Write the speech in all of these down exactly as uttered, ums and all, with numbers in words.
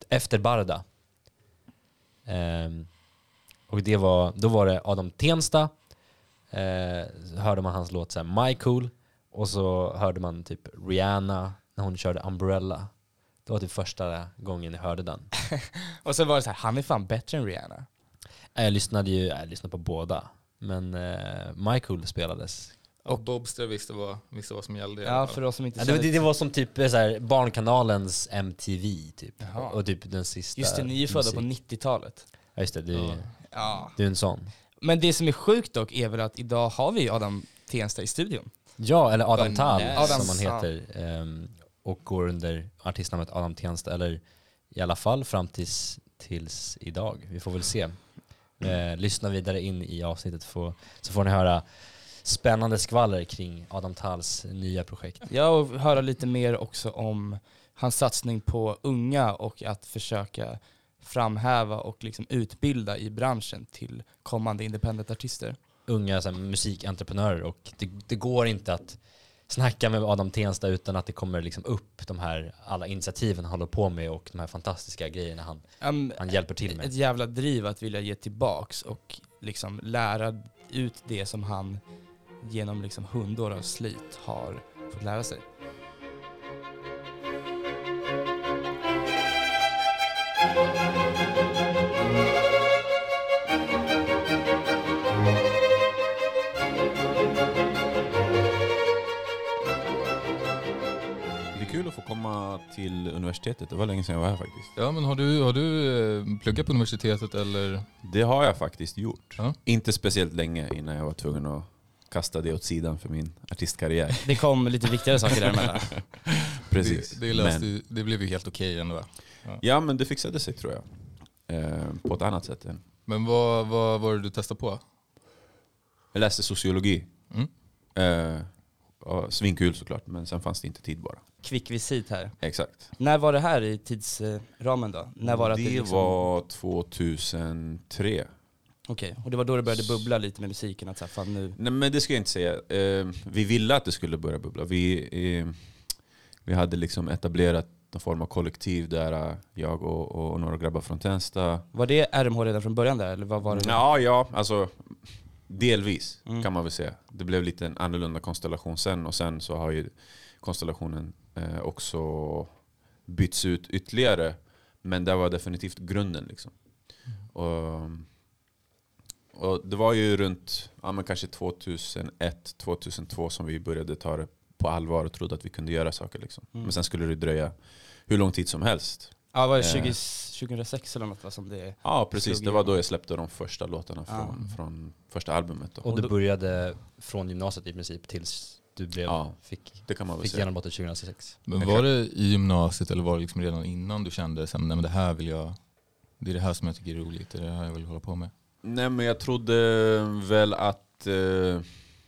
efter Barda. Um, och det var, då var det Adam Tensta. Uh, hörde man hans låt så här, My Cool. Och så hörde man typ Rihanna när hon körde Umbrella. Det var typ första gången jag hörde den. Och så var det så här, han är fan bättre än Rihanna. Jag lyssnade ju jag lyssnade på båda. Men uh, My Cool spelades. Och Bobster visste vad, visste vad som gällde. Ja, för oss som inte ja, det, det, det var som typ så här, Barnkanalens M T V typ. Jaha. Och typ den sista. Just det, ni är ju födda på nittiotalet. Ja, just det. Du, Ja. Ja. du är en sån. Men det som är sjukt dock är väl att idag har vi Adam Tensta i studion. Ja, eller Adam Van Tall Ness. som han heter. Um, och går under artistnamnet Adam Tensta. Eller i alla fall fram tills, tills idag. Vi får väl se. Uh, lyssna vidare in i avsnittet få, så får ni höra spännande skvaller kring Adam Talls nya projekt. Ja, och höra lite mer också om hans satsning på unga och att försöka framhäva och liksom utbilda i branschen till kommande independent-artister. Unga så här, musikentreprenörer, och det, det går inte att snacka med Adam Tensta utan att det kommer liksom upp de här alla initiativen han håller på med och de här fantastiska grejerna han, Um, han hjälper till med. Ett jävla driv att vilja ge tillbaks och liksom lära ut det som han genom liksom hundår av slit har fått lära sig. Kul att få komma till universitetet. Det var länge sedan jag var här faktiskt. Ja, men har du, har du pluggat på universitetet eller? Det har jag faktiskt gjort. Ja. Inte speciellt länge innan jag var tvungen att kasta det åt sidan för min artistkarriär. Det kom lite viktigare saker däremellan. Precis. Det, det, löste, men, det blev ju helt okej ändå, va? Ja. ja, men det fixade sig tror jag. Eh, på ett annat sätt. Än. Men vad, vad var det du testade på? Jag läste sociologi. Mm. Eh, ja, svinkul såklart, men sen fanns det inte tid bara. Kvick visit här. Exakt. När var det här i tidsramen då? När var det det att det liksom... var tjugohundratre. Okej, och det var då det började bubbla lite med musiken? Att så här, fan nu... Nej, men det ska jag inte säga. Eh, vi ville att det skulle börja bubbla. Vi, eh, vi hade liksom etablerat någon form av kollektiv där jag och, och några grabbar från Tensta. Var det R M H redan från början där? Eller vad var det? Ja, ja, alltså delvis Mm. kan man väl säga. Det blev lite en annorlunda konstellation sen, och sen så har ju konstellationen eh, också bytts ut ytterligare. Men det var definitivt grunden liksom. Mm. Och, och det var ju runt ja, men kanske tjugohundraett tjugohundratvå som vi började ta det på allvar och trodde att vi kunde göra saker liksom. Mm. Men sen skulle det dröja hur lång tid som helst. Ja, var det tjugo, tjugohundrasex eller något, va, som det... Ja, precis. Det var då jag släppte de första låtarna från, ja. från första albumet. Då. Och du började från gymnasiet i princip tills du blev, ja, fick, det kan man väl fick säga. genombrottet tjugohundrasex. Men var det i gymnasiet eller var det liksom redan innan du kände att det här vill jag, det är det här som jag tycker är roligt, det är det här jag vill hålla på med? Nej, men jag trodde väl att eh,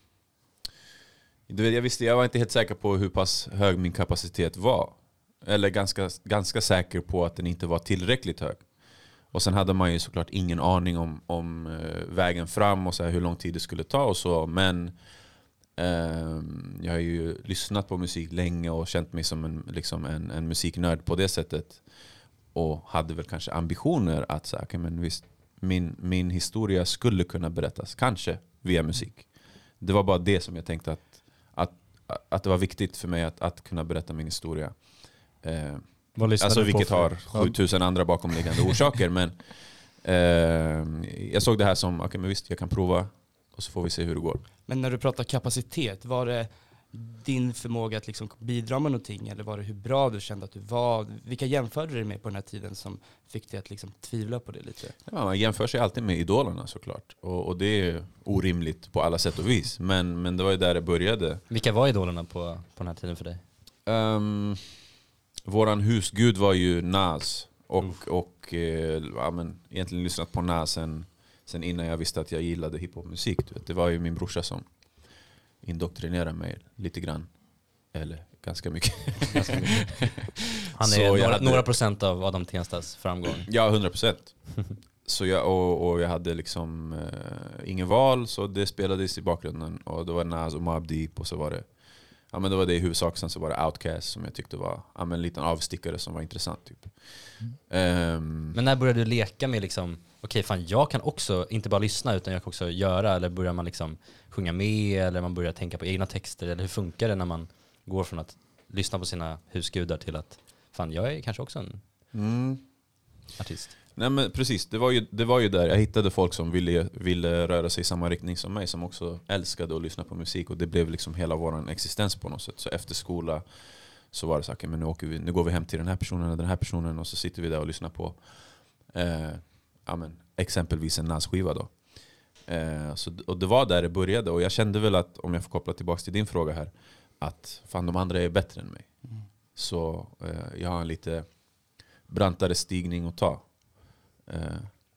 jag visste, jag var inte helt säker på hur pass hög min kapacitet var. Eller ganska, ganska säker på att den inte var tillräckligt hög. Och sen hade man ju såklart ingen aning om, om eh, vägen fram och så här, hur lång tid det skulle ta och så. Men eh, jag har ju lyssnat på musik länge och känt mig som en, liksom en, en musiknörd på det sättet. Och hade väl kanske ambitioner att så här, okay, men visst, min, min historia skulle kunna berättas, kanske via musik. Det var bara det som jag tänkte att, att, att det var viktigt för mig att, att kunna berätta min historia. Eh, alltså vilket har sjutusen andra bakomliggande orsaker. Men eh, jag såg det här som, okej okay, men visst, jag kan prova och så får vi se hur det går. Men när du pratar kapacitet, var det din förmåga att liksom bidra med någonting, eller var det hur bra du kände att du var? Vilka jämförde du med på den här tiden som fick dig att liksom tvivla på det lite? Ja, man jämför sig alltid med idolerna såklart. Och, och det är orimligt på alla sätt och vis. Men, men det var ju där det började. Vilka var idolerna på, på den här tiden för dig? Um, våran husgud var ju Nas. Och, mm. och eh, ja, men, egentligen lyssnat på Nas sen, sen innan jag visste att jag gillade hiphopmusik. Det var ju min brorsa som indoktrinerade mig lite grann. Eller ganska mycket. Ganska mycket. Han är några, hade, några procent av Adam Tenstas framgång. Ja, hundra procent. Så jag, och, och jag hade liksom eh, ingen val, så det spelades i bakgrunden. Och det var Nas och Mobb Deep, och så var det ja, men det var det i huvudsak. Sen så var det Outkast som jag tyckte var ja, men en liten avstickare som var intressant typ. Mm. Um, Men när började du leka med liksom, okej okay, fan jag kan också inte bara lyssna utan jag kan också göra, eller börjar man liksom sjunga med, eller man börjar tänka på egna texter, eller hur funkar det när man går från att lyssna på sina husgudar till att fan jag är kanske också en mm. artist? Nej men precis, det var ju, det var ju där jag hittade folk som ville, ville röra sig i samma riktning som mig, som också älskade att lyssna på musik, och det blev liksom hela vår existens på något sätt. Så efter skola så var det så här, men nu, åker vi, nu går vi hem till den här personen eller den här personen, och så sitter vi där och lyssnar på eh, ja, men, exempelvis en Nas-skiva då. Eh, så, och det var där det började, och jag kände väl att, om jag får koppla tillbaka till din fråga här, att fan de andra är bättre än mig. Mm. Så eh, jag har en lite brantare stigning att ta. Eh,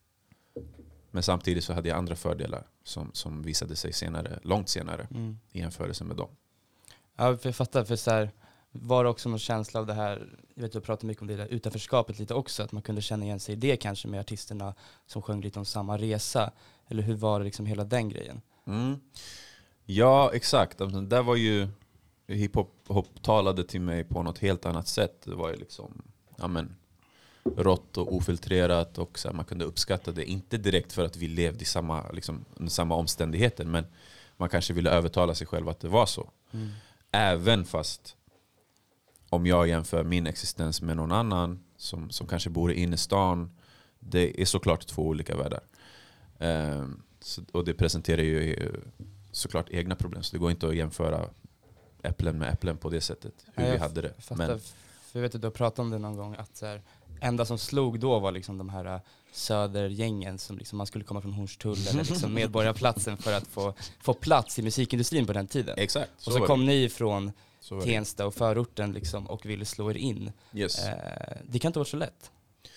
men samtidigt så hade jag andra fördelar som, som visade sig senare, långt senare mm. i jämförelse med dem. Ja, för jag fattar, för så här, var det också någon känsla av det här, jag vet du har pratat mycket om det där utanförskapet lite också, att man kunde känna igen sig i det kanske med artisterna som sjöng lite om samma resa, eller hur var det liksom hela den grejen? Mm. Ja, exakt. Där var ju hiphop hop talade till mig på något helt annat sätt. Det var ju liksom, ja men, rått och ofiltrerat, och så här, man kunde uppskatta det. Inte direkt för att vi levde i samma, liksom, samma omständigheter, men man kanske ville övertala sig själv att det var så. Mm. Även fast om jag jämför min existens med någon annan som, som kanske bor i innerstan, det är såklart två olika världar. Um, så, och det presenterar ju såklart egna problem, så det går inte att jämföra äpplen med äpplen på det sättet, hur ja, vi hade det. Fattar, men för jag vet att du har pratat om det någon gång, att så här, enda som slog då var liksom de här södergängen som liksom, man skulle komma från Hornstull eller liksom Medborgarplatsen för att få, få plats i musikindustrin på den tiden. Exakt. Så och så kom det. Ni från så Tensta och förorten liksom, och ville slå er in. Yes. Eh, det kan inte vara så lätt.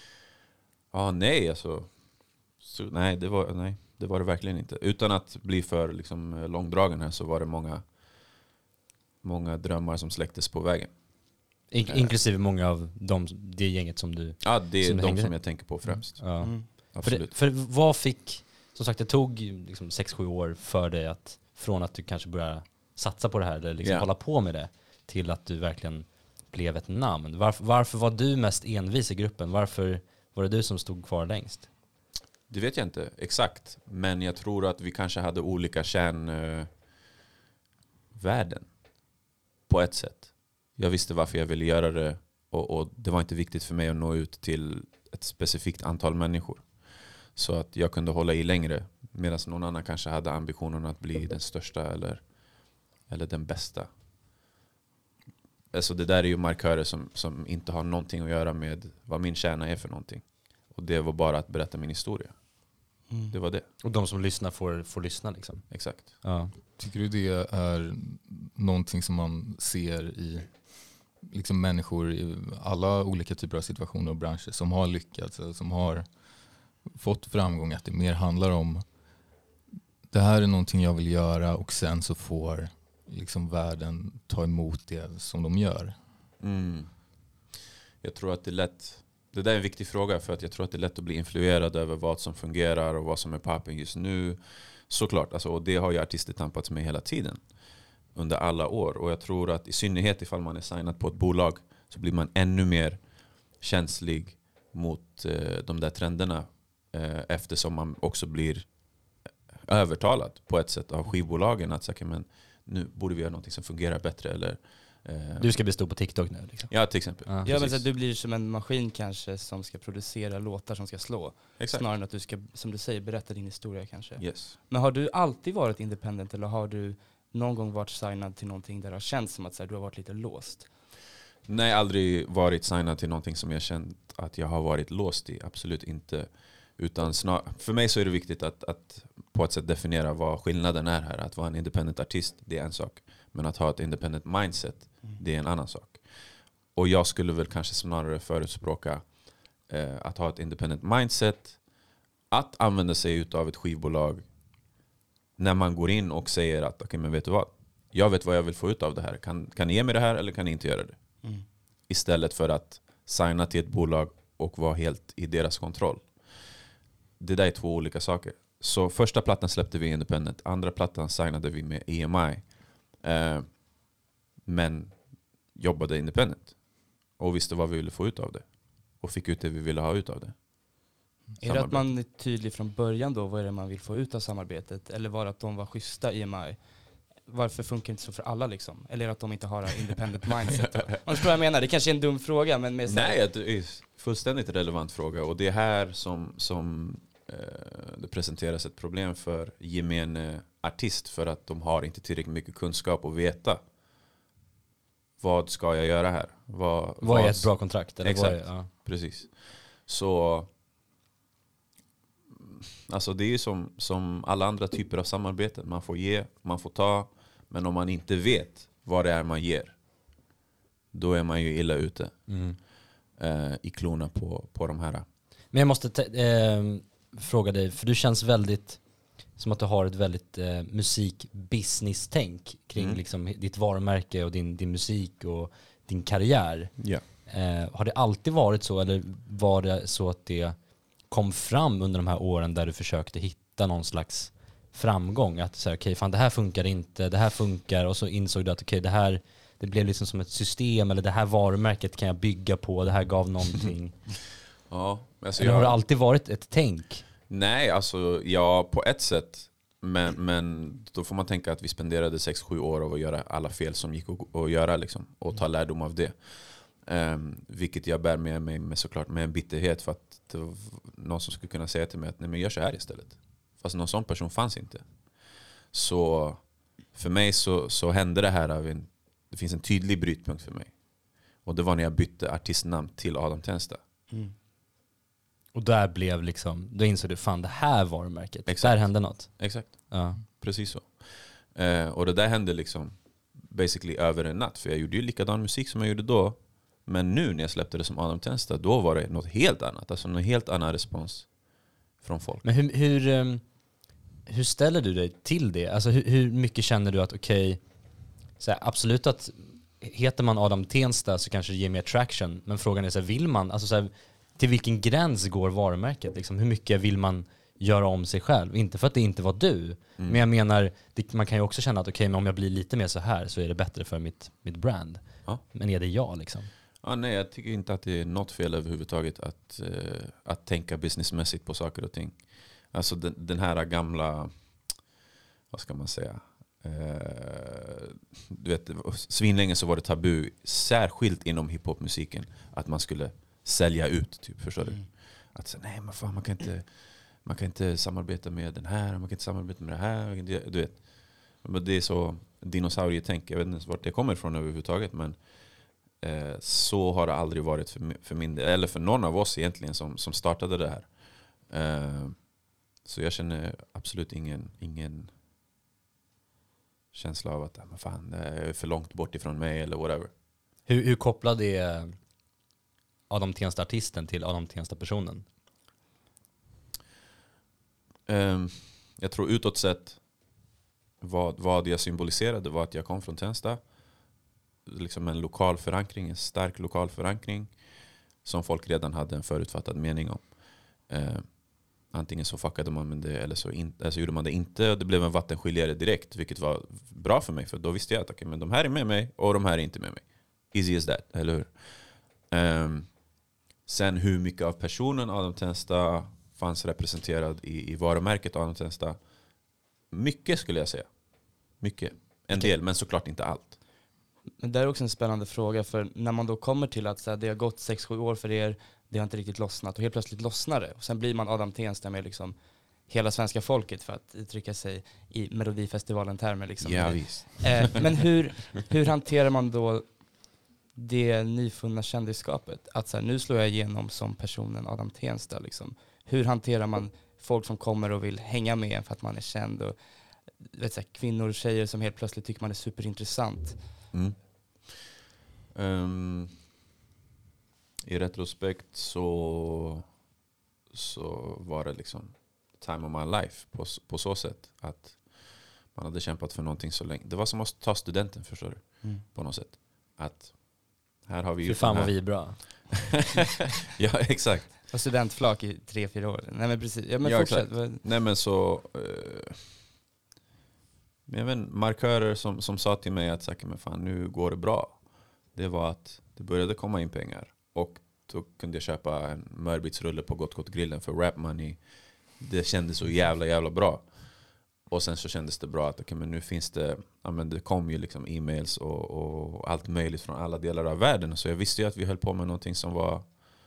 Ja, nej alltså. Så, nej, det var, nej, det var det verkligen inte. Utan att bli för liksom, långdragen här, så var det många, många drömmar som släcktes på vägen. In- inklusive många av de, det gänget som du... Ja, det är som de som jag tänker på främst. Mm. Ja. Mm. Absolut. För, det, för vad fick... Som sagt, det tog liksom sex sju år för dig att, från att du kanske började satsa på det här, eller liksom yeah. hålla på med det, till att du verkligen blev ett namn. Varför, varför var du mest envis i gruppen? Varför var det du som stod kvar längst? Det vet jag inte exakt, men jag tror att vi kanske hade olika kärnvärden uh, på ett sätt. Jag visste varför jag ville göra det, och, och det var inte viktigt för mig att nå ut till ett specifikt antal människor. Så att jag kunde hålla i längre, medan någon annan kanske hade ambitionen att bli den största eller, eller den bästa. Alltså det där är ju markörer som, som inte har någonting att göra med vad min kärna är för någonting. Och det var bara att berätta min historia. Mm. Det var det. Och de som lyssnar får, får lyssna liksom. Exakt. Ja. Tycker du det är någonting som man ser i liksom människor i alla olika typer av situationer och branscher som har lyckats, som har fått framgång, att det mer handlar om det här är någonting jag vill göra, och sen så får liksom världen ta emot det som de gör? Mm. Jag tror att det är lätt, det där är en viktig fråga, för att jag tror att det är lätt att bli influerad över vad som fungerar och vad som är poppen just nu. Såklart, alltså, och det har ju artister tampats med hela tiden under alla år, och jag tror att i synnerhet ifall man är signad på ett bolag, så blir man ännu mer känslig mot eh, de där trenderna, eh, eftersom man också blir övertalad på ett sätt av skivbolagen att säga, men nu borde vi göra något som fungerar bättre, eller eh, du ska bli stor på TikTok nu liksom. Ja, till exempel. Ja, ja men så att du blir som en maskin kanske som ska producera låtar som ska slå. Exakt. Snarare än att du ska, som du säger, berätta din historia kanske. Yes. Men har du alltid varit independent, eller har du någon gång varit signad till någonting där det har känts som att så här, du har varit lite låst? Nej, aldrig varit signad till någonting som jag känt att jag har varit låst i. Absolut inte. Utan snar, för mig så är det viktigt att, att på ett sätt definiera vad skillnaden är här. Att vara en independent artist, det är en sak. Men att ha ett independent mindset, mm. det är en annan sak. Och jag skulle väl kanske snarare förespråka eh, att ha ett independent mindset. Att använda sig av ett skivbolag när man går in och säger att okej, okay, men vet du vad? Jag vet vad jag vill få ut av det här. Kan, kan ni ge mig det här eller kan ni inte göra det? Mm. Istället för att signa till ett bolag och vara helt i deras kontroll. Det där är två olika saker. Så första plattan släppte vi independent. Andra plattan signade vi med E M I. Eh, Men jobbade independent. Och visste vad vi ville få ut av det. Och fick ut det vi ville ha ut av det. Är det att man är tydlig från början då, vad är det man vill få ut av samarbetet? Eller var det att de var schyssta i E M I? Varför funkar det inte så för alla liksom? Eller är det att de inte har en independent mindset? Om du förstår vad jag menar, det kanske är en dum fråga, men med så här... Nej, det är fullständigt relevant fråga. Och det är här som, som eh, det presenteras ett problem för gemene artist. För att de har inte tillräckligt mycket kunskap och veta. Vad ska jag göra här? Vad, vad är ett bra kontrakt? Eller exakt, vad är, ja. precis. Så alltså det är ju som, som alla andra typer av samarbeten. Man får ge, man får ta. Men om man inte vet vad det är man ger, då är man ju illa ute Mm. eh, i klorna på, på de här. Men jag måste te- eh, fråga dig, för du känns väldigt som att du har ett väldigt eh, musik-business-tänk kring Mm. liksom, ditt varumärke och din, din musik och din karriär. Ja. Eh, har det alltid varit så, eller var det så att det kom fram under de här åren där du försökte hitta någon slags framgång? Att säga, okej, okay, fan det här funkar inte, det här funkar, och så insåg du att okej, okay, det här, det blev liksom som ett system, eller det här varumärket kan jag bygga på, det här gav någonting. Ja, alltså Eller jag, har det alltid varit ett tänk? nej, alltså ja, på ett sätt. Men, men då får man tänka att vi spenderade sex sju år av att göra alla fel som gick att, att göra liksom, och ta lärdom av det. Um, vilket jag bär med mig med, såklart med en bitterhet, för att det var någon som skulle kunna säga till mig att nej, men gör så här istället. Fast någon sån person fanns inte. Så för mig så, så hände det här av en, det finns en tydlig brytpunkt för mig. Och det var när jag bytte artistnamn till Adam Tensta. Mm. Och där blev liksom, då insåg du, fan det här varumärket, Exakt. där hände något. Exakt, Ja. precis så. Eh, och det där hände liksom basically över en natt. För jag gjorde ju likadan musik som jag gjorde då. Men nu när jag släppte det som Adam Tensta, då var det något helt annat. Alltså någon helt annan respons från folk. Men hur, hur, um, hur ställer du dig till det? Alltså hur, hur mycket känner du att okej, okay, absolut att heter man Adam Tensta så kanske det ger mer traction, men frågan är så här, vill man, alltså så här, till vilken gräns går varumärket? Liksom, hur mycket vill man göra om sig själv? Inte för att det inte var du, mm. men jag menar, det, man kan ju också känna att okej, okay, men om jag blir lite mer så här så är det bättre för mitt, mitt brand. Ja. Men är det jag liksom? Ja, nej, jag tycker inte att det är något fel överhuvudtaget att, eh, att tänka businessmässigt på saker och ting. Alltså den, den här gamla, vad ska man säga, eh, du vet, svinlänge så var det tabu, särskilt inom hiphopmusiken, att man skulle sälja ut, typ, förstår du? Mm. Att säga, nej men fan, man kan inte man kan inte samarbeta med den här, man kan inte samarbeta med det här, du vet. Men det är så dinosaurietänk, jag vet inte ens vart det kommer ifrån överhuvudtaget, men eh, så har det aldrig varit för, för min del, eller för någon av oss egentligen som, som startade det här. Eh, så jag känner absolut ingen, ingen känsla av att men fan, det är för långt bort ifrån mig eller whatever. Hur, hur kopplad är Adam Tensta-artisten till Adam Tensta-personen? Um, jag tror utåt sett vad, vad jag symboliserade var att jag kom från Tensta. Liksom en lokal förankring, en stark lokal förankring som folk redan hade en förutfattad mening om. Uh, antingen så fuckade man med det eller så, in, eller så gjorde man det inte, och det blev en vattenskiljare direkt, vilket var bra för mig, för då visste jag att okay, men de här är med mig och de här är inte med mig. Easy as that, eller hur? Um, sen hur mycket av personen Adam Tensta fanns representerad i, i varumärket Adam Tensta, mycket skulle jag säga. Mycket. En del, men såklart inte allt. Men det är också en spännande fråga, för när man då kommer till att så här, det har gått sex sju år för er, det har inte riktigt lossnat, och helt plötsligt lossnar det. Och sen blir man Adam Tensta med liksom hela svenska folket, för att uttrycka sig i Melodifestivalen-termer. Liksom. Ja, visst. Eh, men hur, hur hanterar man då det nyfunna kändisskapet? Att så här, nu slår jag igenom som personen Adam Tensta. Liksom. Hur hanterar man folk som kommer och vill hänga med för att man är känd? Och, vet så här, kvinnor och tjejer som helt plötsligt tycker man är superintressant. Mm. Um, I retrospekt så, så var det liksom time of my life på, på så sätt att man hade kämpat för någonting så länge. Det var som att ta studenten, förstår du? Mm. På något sätt. Att här har vi ju... För fan vad vi är bra. Ja, exakt. Och studentflak i tre, fyra år. Nej men precis. Ja, men ja, fortsätt. Nej men så... Uh, jag vet, markörer som, som sa till mig att säkert, men fan, nu går det bra. Det var att det började komma in pengar. Och då kunde jag köpa en Mörbitsrulle på Gott Gott Grillen för Rap Money. Det kändes så jävla jävla bra. Och sen så kändes det bra att okay, men nu finns det, ja, men det kom ju liksom e-mails och, och allt möjligt från alla delar av världen. Så jag visste ju att vi höll på med någonting som var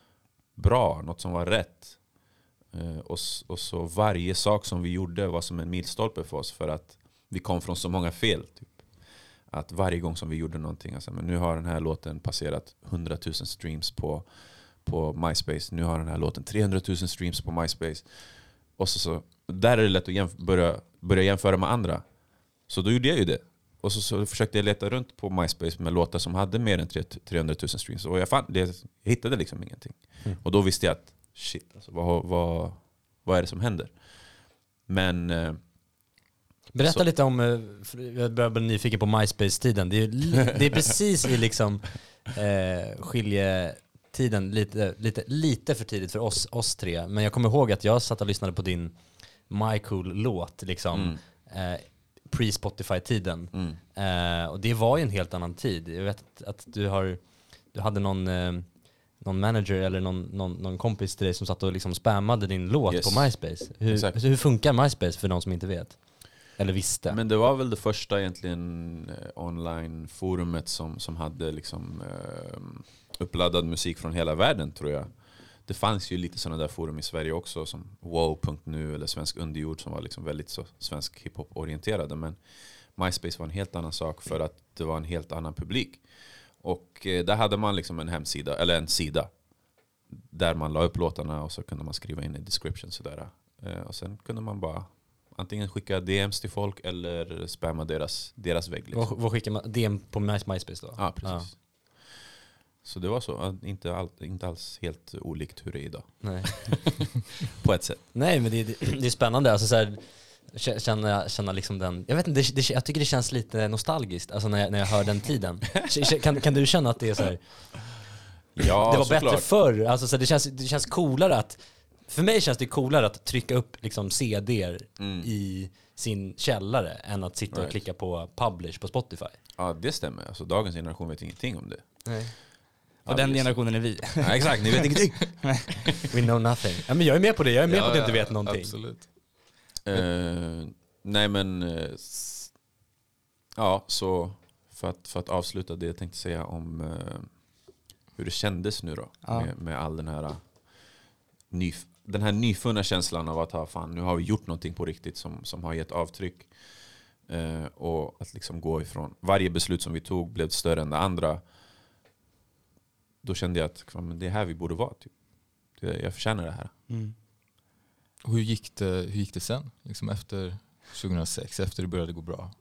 bra, något som var rätt. Uh, och, och så varje sak som vi gjorde var som en milstolpe för oss, för att vi kom från så många fel. Typ. Att varje gång som vi gjorde någonting, alltså, men nu har den här låten passerat hundratusen streams på, på MySpace. Nu har den här låten trehundratusen streams på MySpace. Och så, så där är det lätt att jämf- börja, börja jämföra med andra. Så då gjorde jag ju det. Och så, så försökte jag leta runt på MySpace med låtar som hade mer än trehundratusen streams. Och jag, fann, det, jag hittade liksom ingenting. Mm. Och då visste jag att shit, alltså, vad, vad, vad är det som händer? Men... Eh, Berätta så. lite om, jag börjar bli nyfiken på MySpace-tiden. Det är, det är precis i liksom eh, skiljetiden, lite, lite, lite för tidigt för oss, oss tre. Men jag kommer ihåg att jag satt och lyssnade på din MyCool-låt liksom, mm. eh, pre-Spotify-tiden. Mm. Eh, och det var ju en helt annan tid. Jag vet att, att du, har, du hade någon... Eh, någon manager eller någon, någon, någon kompis till dig som satt och liksom spammade din låt yes. på MySpace. Hur, alltså, hur funkar MySpace för de som inte vet? Eller visste? Men det var väl det första egentligen eh, online-forumet som, som hade liksom, eh, uppladdad musik från hela världen, tror jag. Det fanns ju lite sådana där forum i Sverige också, som wow punkt nu eller Svensk Underjord, som var liksom väldigt så svensk hiphop-orienterade. Men MySpace var en helt annan sak för att det var en helt annan publik. Och eh, där hade man liksom en hemsida, eller en sida där man la upp låtarna, och så kunde man skriva in i description sådär. Eh, och sen kunde man bara antingen skicka D Ms till folk eller spamma deras, deras vägg. Liksom. Vad, vad skickar man? D M på MySpace då? Ja, precis. Ja. Så det var så. Inte, all, inte alls helt olikt hur det är idag. Nej. På ett sätt. Nej, men det, det, det är spännande. Alltså så här, känna, känna liksom den... Jag vet inte, det, det, jag tycker det känns lite nostalgiskt alltså när, jag, när jag hör den tiden. kan, kan du känna att det är så här... Ja, det var såklart. Bättre förr. Alltså så här, det, känns, det känns coolare att... För mig känns det coolare att trycka upp liksom C D:er mm. i sin källare än att sitta right. och klicka på publish på Spotify. Ja, det stämmer. Alltså, dagens generation vet ingenting om det. Nej. Och den generationen är vi. Ja, exakt, ni vet ingenting. We know nothing. Ja, men jag är med på det. Jag är med ja, på att du inte vet någonting. Absolut. Uh, nej men... Uh, ja, så för att, för att avsluta det jag tänkte säga om uh, hur det kändes nu då. Ja. Med, med all den här... Uh, nyf- den här nyfunna känslan av att ha, fan, nu har vi gjort någonting på riktigt som, som har gett avtryck. Uh, och att liksom gå ifrån... Varje beslut som vi tog blev större än det andra. Då kände jag att fan, det är här vi borde vara. Typ. Jag förtjänar det här. Mm. Och hur gick det, hur gick det sen? Liksom efter tjugohundrasex, efter det började gå bra?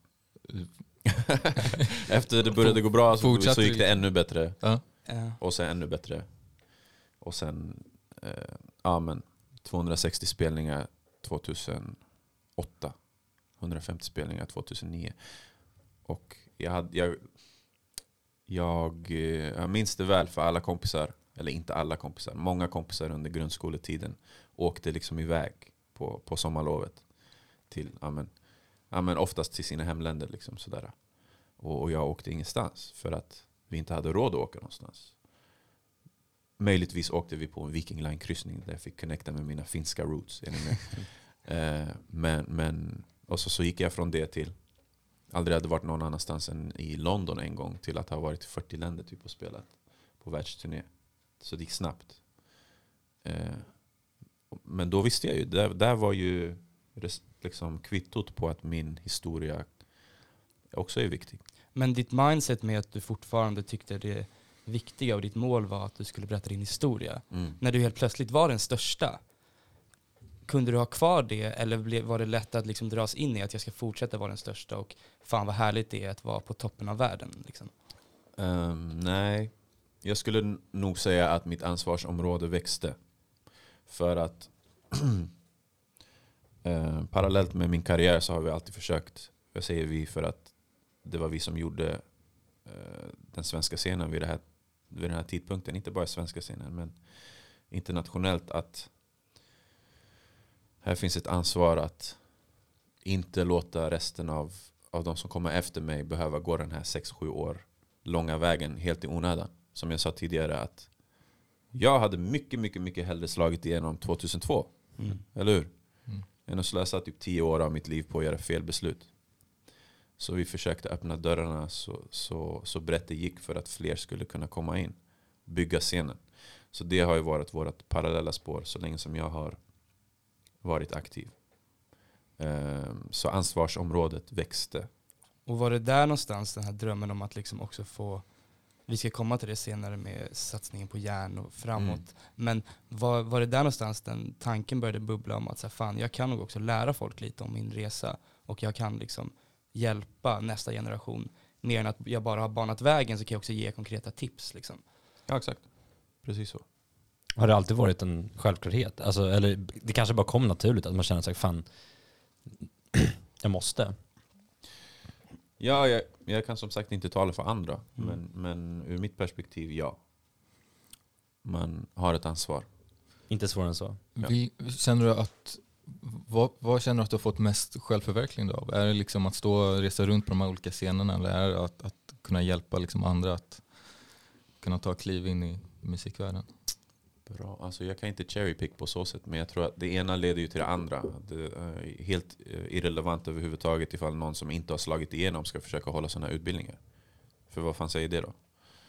Efter det började gå bra så, så gick det ännu bättre. Ja. Och sen ännu bättre. Och sen eh, ja, men tvåhundrasextio spelningar tjugohundraåtta. hundrafemtio spelningar tjugohundranio. Och jag, hade, jag, jag, jag minns det väl för alla kompisar. Eller inte alla kompisar. Många kompisar under grundskoletiden åkte liksom iväg på, på sommarlovet. Till, ja men, ja men oftast till sina hemländer. Liksom, sådär. Och, och jag åkte ingenstans. För att vi inte hade råd att åka någonstans. Möjligtvis åkte vi på en Viking Line-kryssning. Där jag fick connecta med mina finska roots. Är ni med? eh, men, men, och så, så gick jag från det till... Aldrig hade varit någon annanstans än i London en gång. Till att ha varit i fyrtio länder typ och spelat på världsturné. Så det gick snabbt. Eh, men då visste jag ju, där, där var ju liksom kvittot på att min historia också är viktig. Men ditt mindset med att du fortfarande tyckte det viktiga och ditt mål var att du skulle berätta din historia. Mm. När du helt plötsligt var den största, kunde du ha kvar det eller var det lätt att liksom dras in i att jag ska fortsätta vara den största och fan vad härligt det är att vara på toppen av världen? Liksom? Um, nej. Jag skulle nog säga att mitt ansvarsområde växte. För att eh, parallellt med min karriär så har vi alltid försökt, jag säger vi för att det var vi som gjorde eh, den svenska scenen vid, det här, vid den här tidpunkten. Inte bara svenska scenen men internationellt, att här finns ett ansvar att inte låta resten av, av de som kommer efter mig behöva gå den här sex sju år långa vägen helt i onödan. Som jag sa tidigare, att jag hade mycket, mycket, mycket hellre slagit igenom tjugohundratvå. Mm. Eller hur? Mm. Än att slösa typ tio år av mitt liv på att göra fel beslut. Så vi försökte öppna dörrarna så, så, så brett det gick för att fler skulle kunna komma in. Bygga scenen. Så det har ju varit vårt parallella spår så länge som jag har varit aktiv. Um, så ansvarsområdet växte. Och var det där någonstans den här drömmen om att liksom också få, vi ska komma till det senare med satsningen på järn och framåt, Mm. men var, var det där någonstans den tanken började bubbla om att så här, fan, jag kan nog också lära folk lite om min resa och jag kan liksom hjälpa nästa generation mer än att jag bara har banat vägen, så kan jag också ge konkreta tips liksom. Ja, exakt. Precis så. Har det alltid varit en självklarhet? Alltså, eller det kanske bara kom naturligt att man känner sig, fan, jag måste. Ja, jag, jag kan som sagt inte tala för andra. Mm. Men, men ur mitt perspektiv, ja. Man har ett ansvar. Inte svårare än så. Ja. Vi, känner du att, vad, vad känner du att du har fått mest självförverkligande av? Är det liksom att stå och resa runt på de här olika scenerna, eller är det att, att kunna hjälpa liksom andra att kunna ta kliv in i musikvärlden? Bra. Alltså jag kan inte cherrypick på så sätt, men jag tror att det ena leder ju till det andra. Det är helt irrelevant överhuvudtaget ifall någon som inte har slagit igenom ska försöka hålla sådana utbildningar. För vad fan säger det då?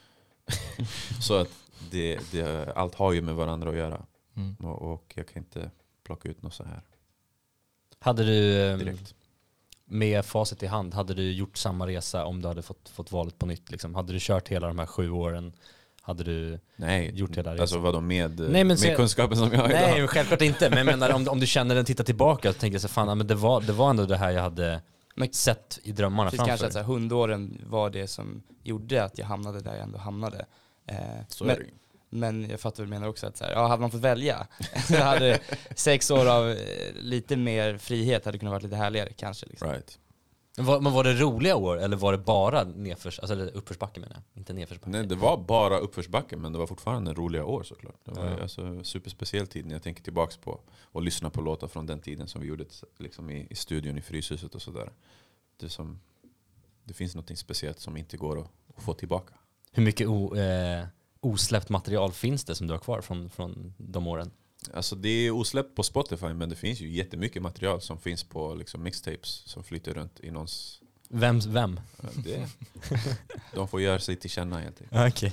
Så att det, det, allt har ju med varandra att göra. Mm. Och, och jag kan inte plocka ut något så här Hade du, eh, direkt. med facit i hand, hade du gjort samma resa om du hade fått, fått valet på nytt? Liksom? Hade du kört hela de här sju åren? Hade du Nej, gjort hela resan? alltså vadå med, Nej, men med se- kunskapen som jag har Nej, idag? självklart inte. Men jag menar, om, om du känner den, tittar tillbaka och tänker så fan, ja, men det var, det var ändå det här jag hade Men sett i drömmarna precis, framför. kanske att så här, hundåren var det som gjorde att jag hamnade där jag ändå hamnade. Eh, Så men, är det ju. men jag fattar vad du menar också, att så här, ja, hade man fått välja så hade sex år av eh, lite mer frihet hade kunnat vara lite härligare kanske. Liksom. Right. Men var, men var det roliga år eller var det bara nedförs, alltså eller uppförsbacke menar jag, inte nedförsbacke? Nej, det var bara uppförsbacke, men det var fortfarande roliga år såklart. Det var Ja. alltså superspeciell tid när jag tänker tillbaks på och lyssnar på låtar från den tiden som vi gjorde liksom i, i studion i Fryshuset och sådär. Det, som, det finns något speciellt som inte går att, att få tillbaka. Hur mycket o, eh, osläppt material finns det som du har kvar från, från de åren? Alltså det är osläppt på Spotify, men det finns ju jättemycket material som finns på liksom mixtapes som flyter runt i någons... Vem? vem? Det, de får göra sig till känna helt enkelt. Okej.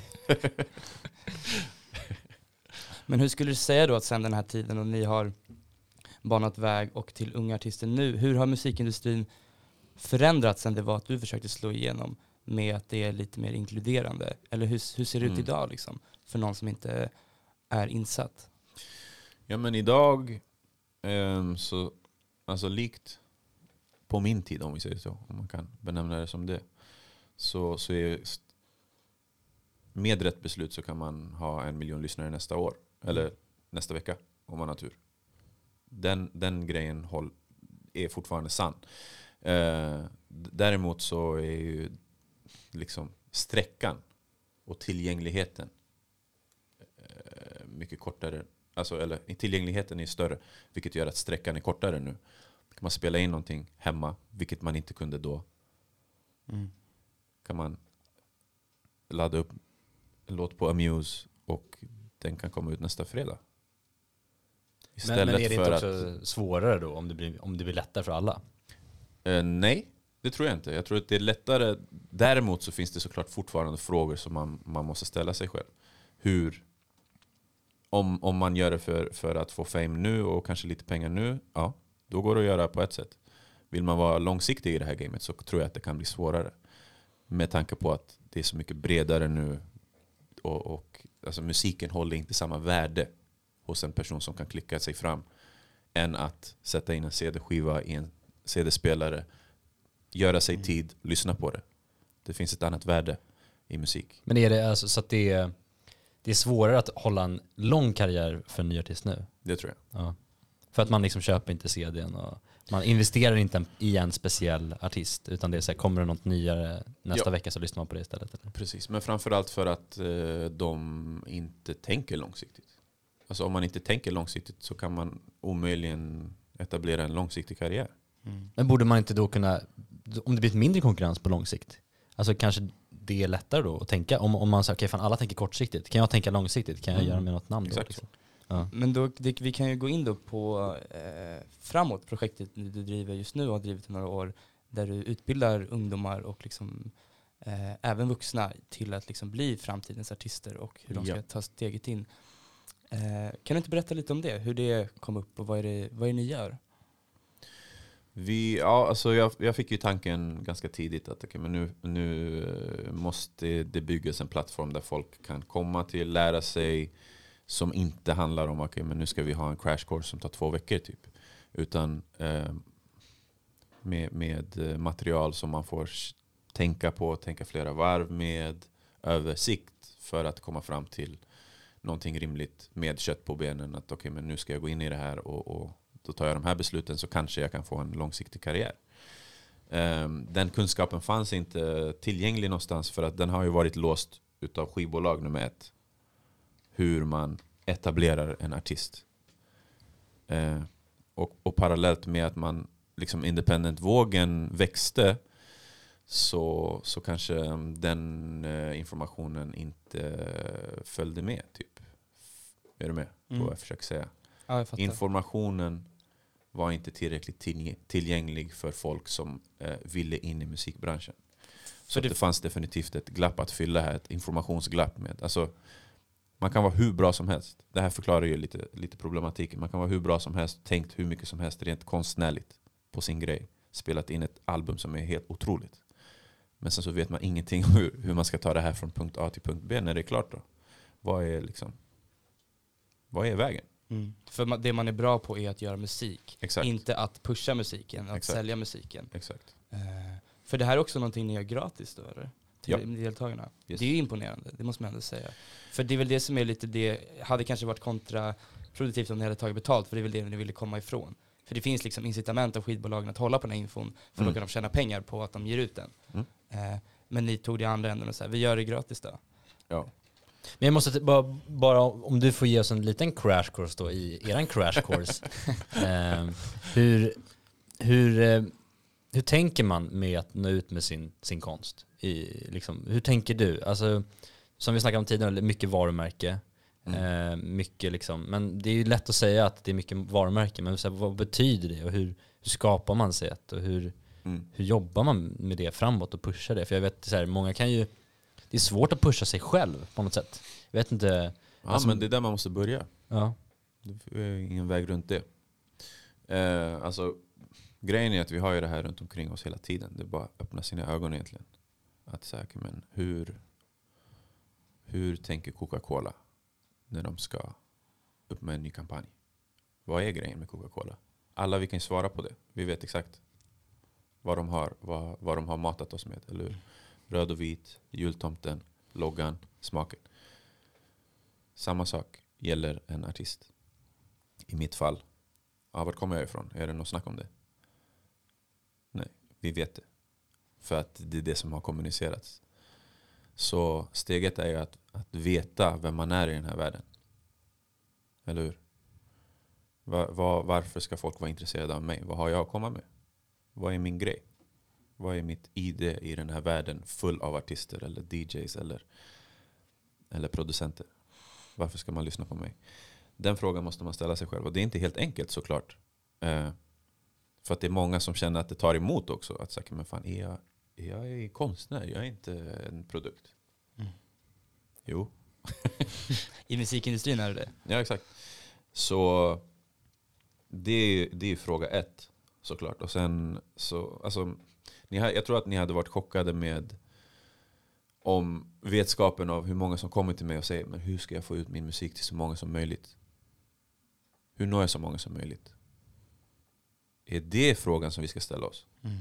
Men hur skulle du säga då att sen den här tiden och ni har banat väg och till unga artister nu, hur har musikindustrin förändrats sen det var att du försökte slå igenom med att det är lite mer inkluderande? Eller hur, hur ser det ut Mm. idag liksom, för någon som inte är insatt? Ja, men idag ehm, så, alltså likt på min tid, om vi säger så, om man kan benämna det som det, så, så är st- med rätt beslut så kan man ha en miljon lyssnare nästa år, eller nästa vecka om man har tur. Den, den grejen håll, är fortfarande sann. Eh, d- däremot så är ju liksom sträckan och tillgängligheten eh, mycket kortare. Alltså, eller tillgängligheten är större, vilket gör att sträckan är kortare nu. Kan man spela in någonting hemma, vilket man inte kunde då, Mm. kan man ladda upp en låt på Amuse och den kan komma ut nästa fredag. Men, Istället men är det för inte att... också svårare då om det blir, om det blir lättare för alla? Eh, nej, det tror jag inte. Jag tror att det är lättare. Däremot så finns det såklart fortfarande frågor som man, man måste ställa sig själv. Hur... Om, om man gör det för, för att få fame nu och kanske lite pengar nu, ja, då går det att göra på ett sätt. Vill man vara långsiktig i det här gamet så tror jag att det kan bli svårare. Med tanke på att det är så mycket bredare nu och, och alltså musiken håller inte samma värde hos en person som kan klicka sig fram än att sätta in en C D-skiva i en C D-spelare, göra sig tid, lyssna på det. Det finns ett annat värde i musik. Men är det alltså så att det är, det är svårare att hålla en lång karriär för en ny artist nu? Det tror jag. Ja. För att man liksom köper inte C D:n och man investerar inte i en speciell artist, utan det är så här, kommer det något nyare nästa Ja. vecka så lyssnar man på det istället. Eller? Precis, men framförallt för att eh, de inte tänker långsiktigt. Alltså om man inte tänker långsiktigt så kan man omöjligen etablera en långsiktig karriär. Mm. Men borde man inte då kunna om det blir ett mindre konkurrens på lång sikt, alltså kanske det är lättare då att tänka, om, om man säger okej okay, fan alla tänker kortsiktigt, kan jag tänka långsiktigt, kan jag Mm. göra med något namn då? Exakt. Liksom? Ja. Men då, det, vi kan ju gå in då på eh, framåt projektet du driver just nu och har drivit i några år, där du utbildar ungdomar och liksom, eh, även vuxna till att liksom bli framtidens artister och hur de ska Ja. ta steget in. Eh, kan du inte berätta lite om det? Hur det kom upp och vad är det, vad är det ni gör? Vi, ja, alltså jag, jag fick ju tanken ganska tidigt att okay, men nu, nu eh, måste det byggas en plattform där folk kan komma till, lära sig, som inte handlar om okay, men nu ska vi ha en crash course som tar två veckor typ. Utan eh, med, med material som man får tänka på, tänka flera varv med, översikt för att komma fram till någonting rimligt med kött på benen. Att okej, okay, men nu ska jag gå in i det här och, och då tar jag de här besluten så kanske jag kan få en långsiktig karriär. Um, den kunskapen fanns inte tillgänglig någonstans för att den har ju varit låst utav skivbolag nummer ett. Hur man etablerar en artist. Uh, och, och parallellt med att man liksom independent-vågen växte så, så kanske den uh, informationen inte följde med typ. Är du med på Mm. vad jag försöker säga? Ja, jag fattar. Informationen var inte tillräckligt tillgänglig för folk som eh, ville in i musikbranschen. Så det- det fanns definitivt ett glapp att fylla här, ett informationsglapp med. Alltså, man kan vara hur bra som helst. Det här förklarar ju lite, lite problematiken. Man kan vara hur bra som helst, tänkt hur mycket som helst rent konstnärligt på sin grej. Spelat in ett album som är helt otroligt. Men sen så vet man ingenting om hur, hur man ska ta det här från punkt A till punkt B när det är klart då. Vad är liksom, vad är vägen? Mm. För man, det man är bra på är att göra musik. Exakt. Inte att pusha musiken, att Exakt. sälja musiken. Exakt. Eh, för det här är också någonting ni gör gratis då, eller? Till Ja. deltagarna. Yes. Det är ju imponerande, det måste man ändå säga. För det är väl det som är lite det, hade kanske varit kontraproduktivt om ni hade tagit betalt, för det är väl det ni ville komma ifrån. För det finns liksom incitament av skivbolagen att hålla på den här infon, för Mm. då kan de tjäna pengar på att de ger ut den. Mm. Eh, men ni tog det andra änden och sa, vi gör det gratis då. Ja. Men jag måste t- bara, bara, om du får ge oss en liten crash course då i eran crash course. eh, hur, hur, eh, hur tänker man med att nå ut med sin, sin konst? I, liksom, hur tänker du? Alltså, som vi snackade om tidigare, mycket varumärke. Mm. Eh, mycket liksom, men det är ju lätt att säga att det är mycket varumärke, men så här, vad betyder det och hur, hur skapar man sig ett och hur, Mm. hur jobbar man med det framåt och pushar det? För jag vet så här, många kan ju, det är svårt att pusha sig själv på något sätt. Jag vet inte. Ja, Alltså- men det är där man måste börja. Ja. Det är ingen väg runt det. Eh, alltså, grejen är att vi har ju det här runt omkring oss hela tiden. Det är bara att öppna sina ögon egentligen. Att säga, okay, men hur, hur tänker Coca-Cola när de ska upp med en ny kampanj? Vad är grejen med Coca-Cola? Alla vi kan svara på det. Vi vet exakt vad de har, vad, vad de har matat oss med. Eller hur? Röd och vit, jultomten, loggan, smaken. Samma sak gäller en artist. I mitt fall. Ja, vart kommer jag ifrån? Är det något snack om det? Nej, vi vet det. För att det är det som har kommunicerats. Så steget är ju att, att veta vem man är i den här världen. Eller hur? Var, var, varför ska folk vara intresserade av mig? Vad har jag att komma med? Vad är min grej? Vad är mitt I D i den här världen full av artister eller D Js eller, eller producenter? Varför ska man lyssna på mig? Den frågan måste man ställa sig själv. Och det är inte helt enkelt såklart. Eh, för att det är många som känner att det tar emot också. Att säga, men fan, är jag, jag är konstnär, jag är inte en produkt. Mm. Jo. I musikindustrin är det det. Ja, exakt. Så det är, det är fråga ett såklart. Och sen så, alltså, ni har, jag tror att ni hade varit chockade med om vetskapen av hur många som kommer till mig och säger, men hur ska jag få ut min musik till så många som möjligt? Hur når jag så många som möjligt? Är det frågan som vi ska ställa oss? Mm.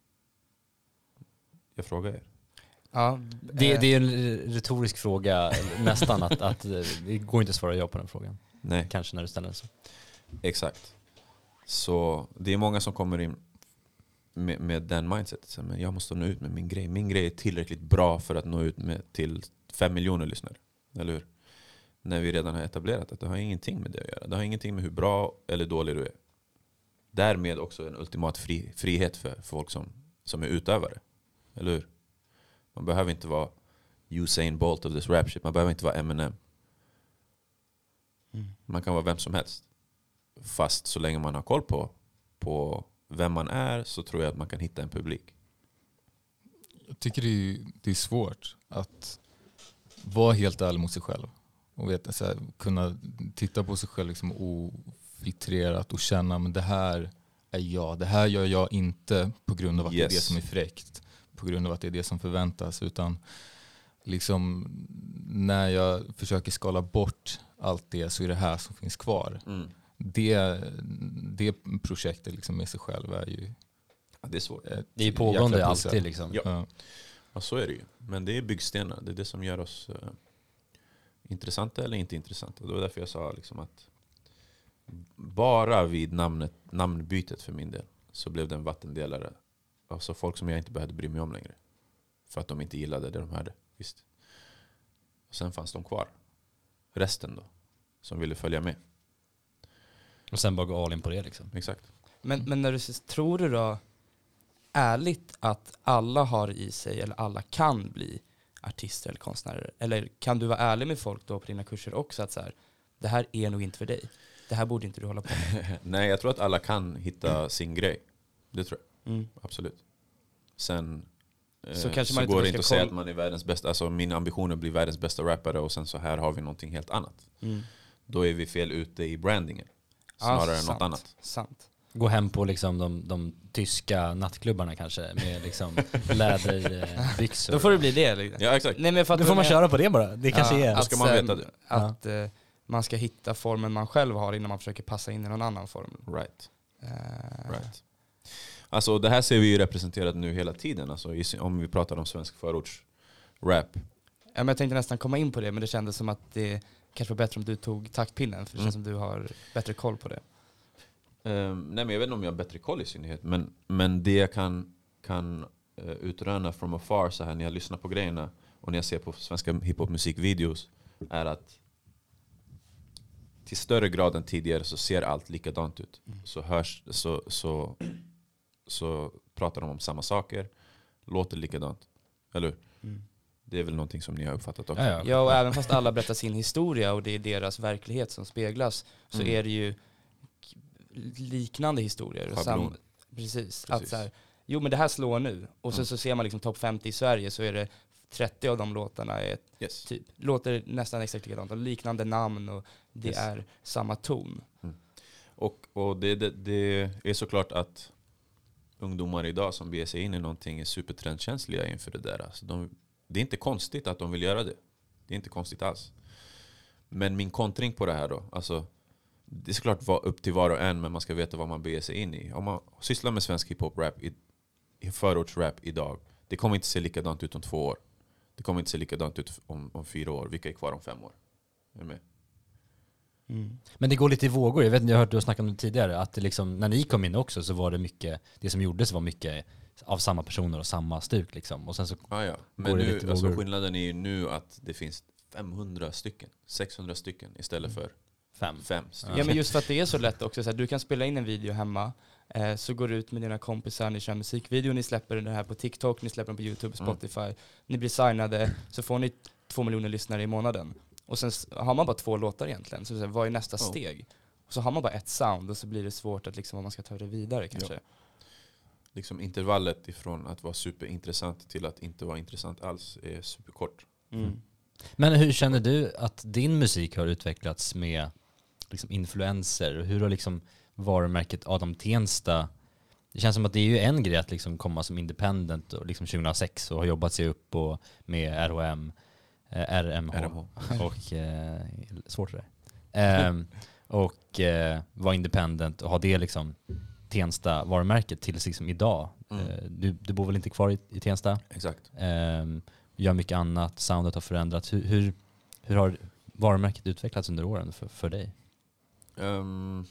Jag frågar er. Ja, Det, eh, det är en retorisk fråga nästan, att, att det går inte att svara ja på den frågan. Nej, Kanske när du ställer den så. exakt. Så det är många som kommer in med, med den mindsetet. Så, men jag måste nå ut med min grej. Min grej är tillräckligt bra för att nå ut med till fem miljoner lyssnare. Eller hur? När vi redan har etablerat att det har ingenting med det att göra. Det har ingenting med hur bra eller dålig du är. Därmed också en ultimat fri, frihet för, för folk som, som är utövare. Eller hur? Man behöver inte vara Usain Bolt of this rap shit. Man behöver inte vara Eminem. Mm. Man kan vara vem som helst. Fast så länge man har koll på, på vem man är, så tror jag att man kan hitta en publik. Jag tycker det är, det är svårt att vara helt ärlig mot sig själv. Och veta, så här, kunna titta på sig själv liksom ofiltrerat och känna att det här är jag. Det här gör jag inte på grund av att Yes. det är det som är fräckt. På grund av att det är det som förväntas. Utan liksom när jag försöker skala bort allt det, så är det här som finns kvar. Mm. Det, det projektet liksom med sig själv är ju... Ja, det är svårt. Det är ju pågående jäkla pussel. alltid liksom. Ja. Ja. Ja, så är det ju. Men det är byggstenar. Det är det som gör oss uh, intressanta eller inte intressanta. Det var därför jag sa liksom att bara vid namnet, namnbytet för min del så blev det en vattendelare. Alltså folk som jag inte behövde bry mig om längre. För att de inte gillade det de hörde. Visst. Och sen fanns de kvar. Resten då. Som ville följa med. Och sen bara gå all in på det liksom. Exakt. Men, men när du ses- tror du då ärligt att alla har i sig, eller alla kan bli artister eller konstnärer? Eller kan du vara ärlig med folk då på dina kurser också, att så här, det här är nog inte för dig. Det här borde inte du hålla på med. Nej, jag tror att alla kan hitta sin grej. Det tror jag. Mm. Absolut. Sen eh, Så så, kanske man inte går bara det ska inte att säga kolla- att man är världens bästa. Alltså min ambition är att bli världens bästa rappare och sen så här har vi någonting helt annat. Mm. Då är vi fel ute i brandingen. Snarare Ja, än sant. något annat. Sant. Gå hem på liksom de, de tyska nattklubbarna kanske med liksom läderbyxor. Då får det bli det. Liksom. Ja, exakt. Nej, men för att Då får man köra på det bara. Det kanske är... Då ska man sen, veta det. Att eh, man ska hitta formen man själv har innan man försöker passa in i någon annan form. Right. Eh, right. Alltså det här ser vi ju representerat nu hela tiden. Alltså, i- om vi pratar om svensk förorts-rap. Ja, men jag tänkte nästan komma in på det, men det kändes som att det kanske var bättre om du tog taktpinnen, för det känns Mm. som du har bättre koll på det. Um, nej, men jag vet inte om jag har bättre koll i synnerhet. Men, men det jag kan, kan uh, utröna from afar så här när jag lyssnar på grejerna och när jag ser på svenska hiphop-musikvideos är att till större grad än tidigare så ser allt likadant ut. Mm. Så, hörs, så, så, så pratar de om samma saker, låter likadant. Eller hur? Mm. Det är väl någonting som ni har uppfattat också. Ja, ja. Ja, och även fast alla berättar sin historia och det är deras verklighet som speglas, så Mm. är det ju k- liknande historier. Och Schablon. sam- precis. Att Precis. så här, jo men det här slår nu. Och så, Mm. så ser man liksom topp femtio i Sverige, så är det trettio av de låtarna är Yes. typ, låter nästan exakt likadant. Och liknande namn och det Yes. är samma ton. Och, och det, det, det är såklart att ungdomar idag som beger sig in i någonting är supertrendkänsliga inför det där. Alltså de, det är inte konstigt att de vill göra det. Det är inte konstigt alls. Men min kontring på det här då, alltså, det är såklart var upp till var och en, men man ska veta vad man beger sig in i. Om man sysslar med svensk hiphop-rap, i, i förortsrap idag, det kommer inte se likadant ut om två år. Det kommer inte se likadant ut om, om fyra år. Vilka är kvar om fem år? Är du med? Mm. Men det går lite i vågor. Jag vet inte, jag har hört du har snackat om det tidigare. Att det liksom, när ni kom in också så var det mycket, det som gjordes var mycket av samma personer och samma stuk liksom. Och sen så, Ah, ja. Går Men det nu, lite alltså, vågor? skillnaden är ju nu att det finns femhundra stycken, sexhundra stycken istället för fem. fem stycken. Ja, men just för att det är så lätt också. Så här, du kan spela in en video hemma, eh, så går du ut med dina kompisar, ni kör musikvideo, ni släpper den här på TikTok, ni släpper den på YouTube, Mm. Spotify. Ni blir signade, så får ni två miljoner lyssnare i månaden. Och sen s- har man bara två låtar egentligen. Så, så här, vad är nästa Oh. steg? Och så har man bara ett sound och så blir det svårt att liksom, om man ska ta det vidare kanske. Liksom intervallet ifrån att vara superintressant till att inte vara intressant alls är superkort. Mm. Men hur känner du att din musik har utvecklats med liksom influenser? Hur har liksom varumärket Adam Tensta, det känns som att det är ju en grej att liksom komma som independent och liksom tjugohundrasex och ha jobbat sig upp och med R H M, eh, R M H, R M H. och eh, svårt det där. Ehm, och eh, vara independent och ha det liksom Tensta varumärket tills liksom idag. Mm. Eh, du, du bor väl inte kvar i, i Tensta? Exakt. Ehm, gör mycket annat, soundet har förändrats. Hur, hur, hur har varumärket utvecklats under åren för, för dig? Um,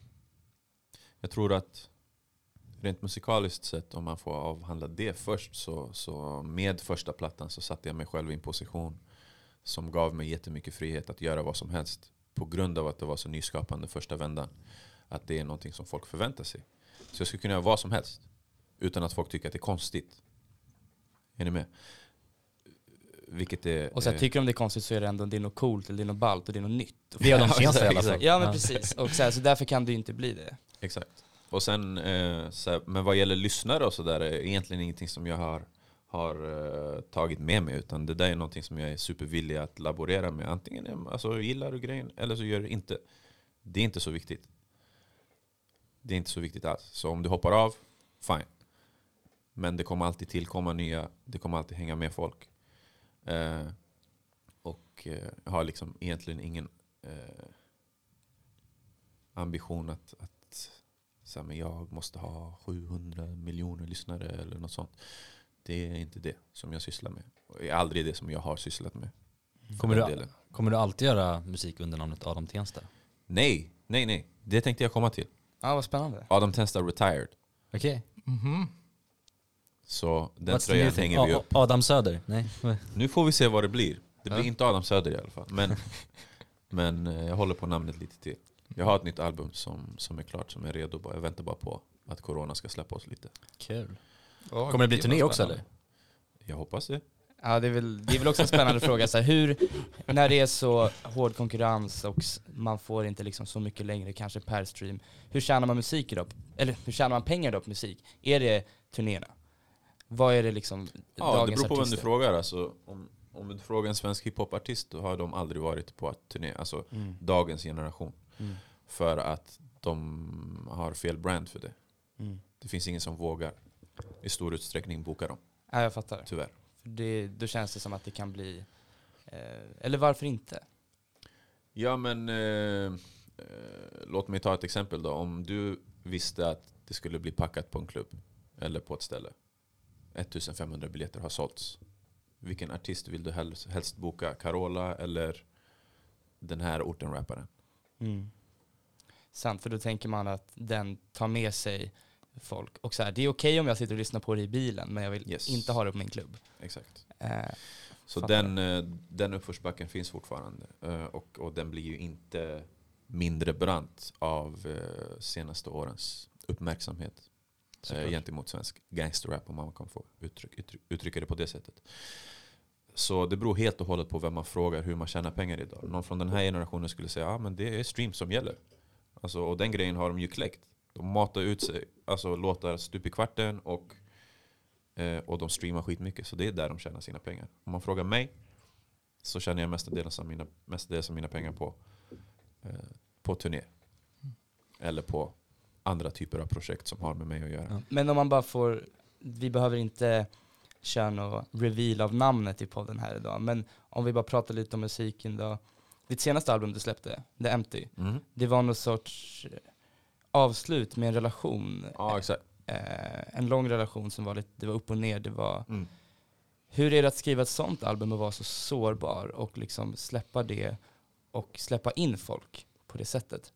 jag tror att rent musikaliskt sett, om man får avhandla det först, så, så med första plattan så satte jag mig själv i en position som gav mig jättemycket frihet att göra vad som helst på grund av att det var så nyskapande första vändan. Att det är någonting som folk förväntar sig. Så jag skulle kunna göra vad som helst. utan att folk tycker att det är konstigt. Är ni med? Vilket är... Och så här, eh, tycker de det är konstigt så är det ändå det är något coolt, eller det är något ballt, och det är något nytt. Det är de Ja, tjänster i alla exakt, fall. Ja, men precis. Och så, här, så därför kan det ju inte bli det. Exakt. Och sen, eh, så här, men vad gäller lyssnare och så där är egentligen ingenting som jag har, har eh, tagit med mig, utan det där är någonting som jag är supervillig att laborera med. Antingen är- alltså, gillar du grejen eller så gör du inte. Det är inte så viktigt. Det är inte så viktigt alls. Så om du hoppar av, fine. Men det kommer alltid tillkomma nya, det kommer alltid hänga med folk. Eh, och eh, jag har liksom egentligen ingen eh, ambition att, att så här, men jag måste ha sjuhundra miljoner lyssnare eller något sånt. Det är inte det som jag sysslar med. Och det är aldrig det som jag har sysslat med. Kommer Den du, delen. kommer du alltid göra musik under namnet Adam Tensta? Nej, nej, nej. Det tänkte jag komma till. Ja, vad spännande. Adam Tensta retired. Okej. Mhm. Så den What's the new tröjan thing? hänger vi A- upp. A- Adam Söder? Nej. Nu får vi se vad det blir. Det blir Ja. inte Adam Söder i alla fall. Men, men eh, jag håller på namnet lite till. Jag har ett nytt album som, som är klart, som är redo. Jag väntar bara på att corona ska släppa oss lite. Kul. Ja, Kommer det bli var turné också spännande. eller? Jag hoppas det. Ja, det är väl, det är väl också en spännande fråga. Så här, hur, när det är så hård konkurrens och s- man får inte liksom så mycket längre kanske per stream. Hur tjänar man musik idag? Eller hur tjänar man pengar då på musik? Är det turnéerna? Vad är det liksom Ja, det dagens beror på vem du artister? frågar. Alltså, om, om du frågar en svensk hiphopartist, då har de aldrig varit på att turné. Alltså Mm. dagens generation. Mm. För att de har fel brand för det. Mm. Det finns ingen som vågar i stor utsträckning boka dem, Ja, jag fattar. tyvärr. För det, då känns det som att det kan bli... Eh, eller varför inte? Ja, men eh, eh, låt mig ta ett exempel då. Om du visste att det skulle bli packat på en klubb eller på ett ställe. femtonhundra biljetter har sålts. Vilken artist vill du helst, helst boka? Carola eller den här orten-rapparen? Mm. Sant, för då tänker man att den tar med sig folk. Och så här, det är okej om jag sitter och lyssnar på det i bilen, men jag vill Yes. inte ha det på min klubb. Exakt. Eh, Så Fattar. den, eh, den uppförsbacken finns fortfarande. Eh, Och, och den blir ju inte mindre brant av eh, senaste årens uppmärksamhet eh, gentemot svensk gangsterrap, om man kan få uttryck, uttryck, uttrycka det på det sättet. Så det beror helt och hållet på vem man frågar hur man tjänar pengar idag. Någon från den här generationen skulle säga ja, men det är stream som gäller. Alltså, och den grejen har de ju kläckt. De matar ut sig, alltså låtar stup i kvarten och, eh, och de streamar skitmycket. Så det är där de tjänar sina pengar. Om man frågar mig så tjänar jag mestadels av mina, mestadels av mina pengar på, eh, på turné. Eller på andra typer av projekt som har med mig att göra. Ja. Men om man bara får, vi behöver inte köra någon reveal av namnet i podden här idag, men om vi bara pratar lite om musiken då. Ditt senaste album du släppte, The Empty, Mm. det var någon sorts avslut med en relation. Ja, exakt. Eh, en lång relation som var lite, det var upp och ner, det var... Mm. Hur är det att skriva ett sånt album och vara så sårbar och liksom släppa det och släppa in folk på det sättet?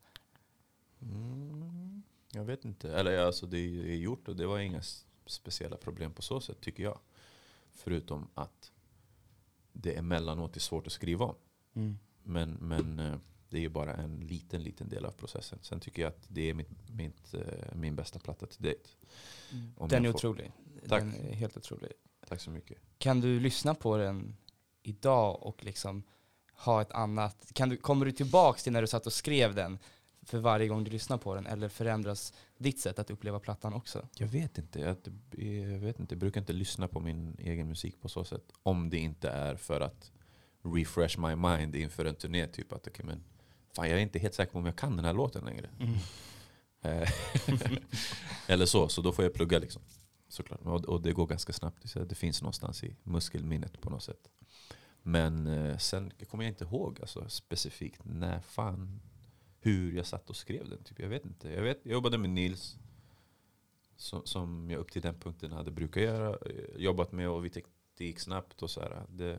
Mm, jag vet inte. Eller alltså det är gjort och det var inga s- speciella problem på så sätt tycker jag. Förutom att det emellanåt är svårt att skriva om. Mm. Men, men eh, det är ju bara en liten, liten del av processen. Sen tycker jag att det är mitt, mitt, eh, min bästa platta till date. Om Den är jag får- otrolig. Tack. Den är helt otrolig. Tack så mycket. Kan du lyssna på den idag och liksom ha ett annat... Kan du, kommer du tillbaks till när du satt och skrev den för varje gång du lyssnar på den? Eller förändras ditt sätt att uppleva plattan också? Jag vet inte. Jag, jag vet inte. Jag brukar inte lyssna på min egen musik på så sätt. Om det inte är för att refresh my mind inför en turné. Typ att okay, men, fan, jag är inte helt säker på om jag kan den här låten längre. Eh, Eller så. Så då får jag plugga liksom. Såklart. Och, och det går ganska snabbt. Så det finns någonstans i muskelminnet på något sätt. Men eh, sen kommer jag inte ihåg alltså, specifikt när fan, hur jag satt och skrev den. Typ. Jag vet inte. Jag, vet, jag jobbade med Nils. Som, som jag upp till den punkten hade brukat göra. eh, Jobbat med och vi tyckte det gick snabbt. Och så här, det,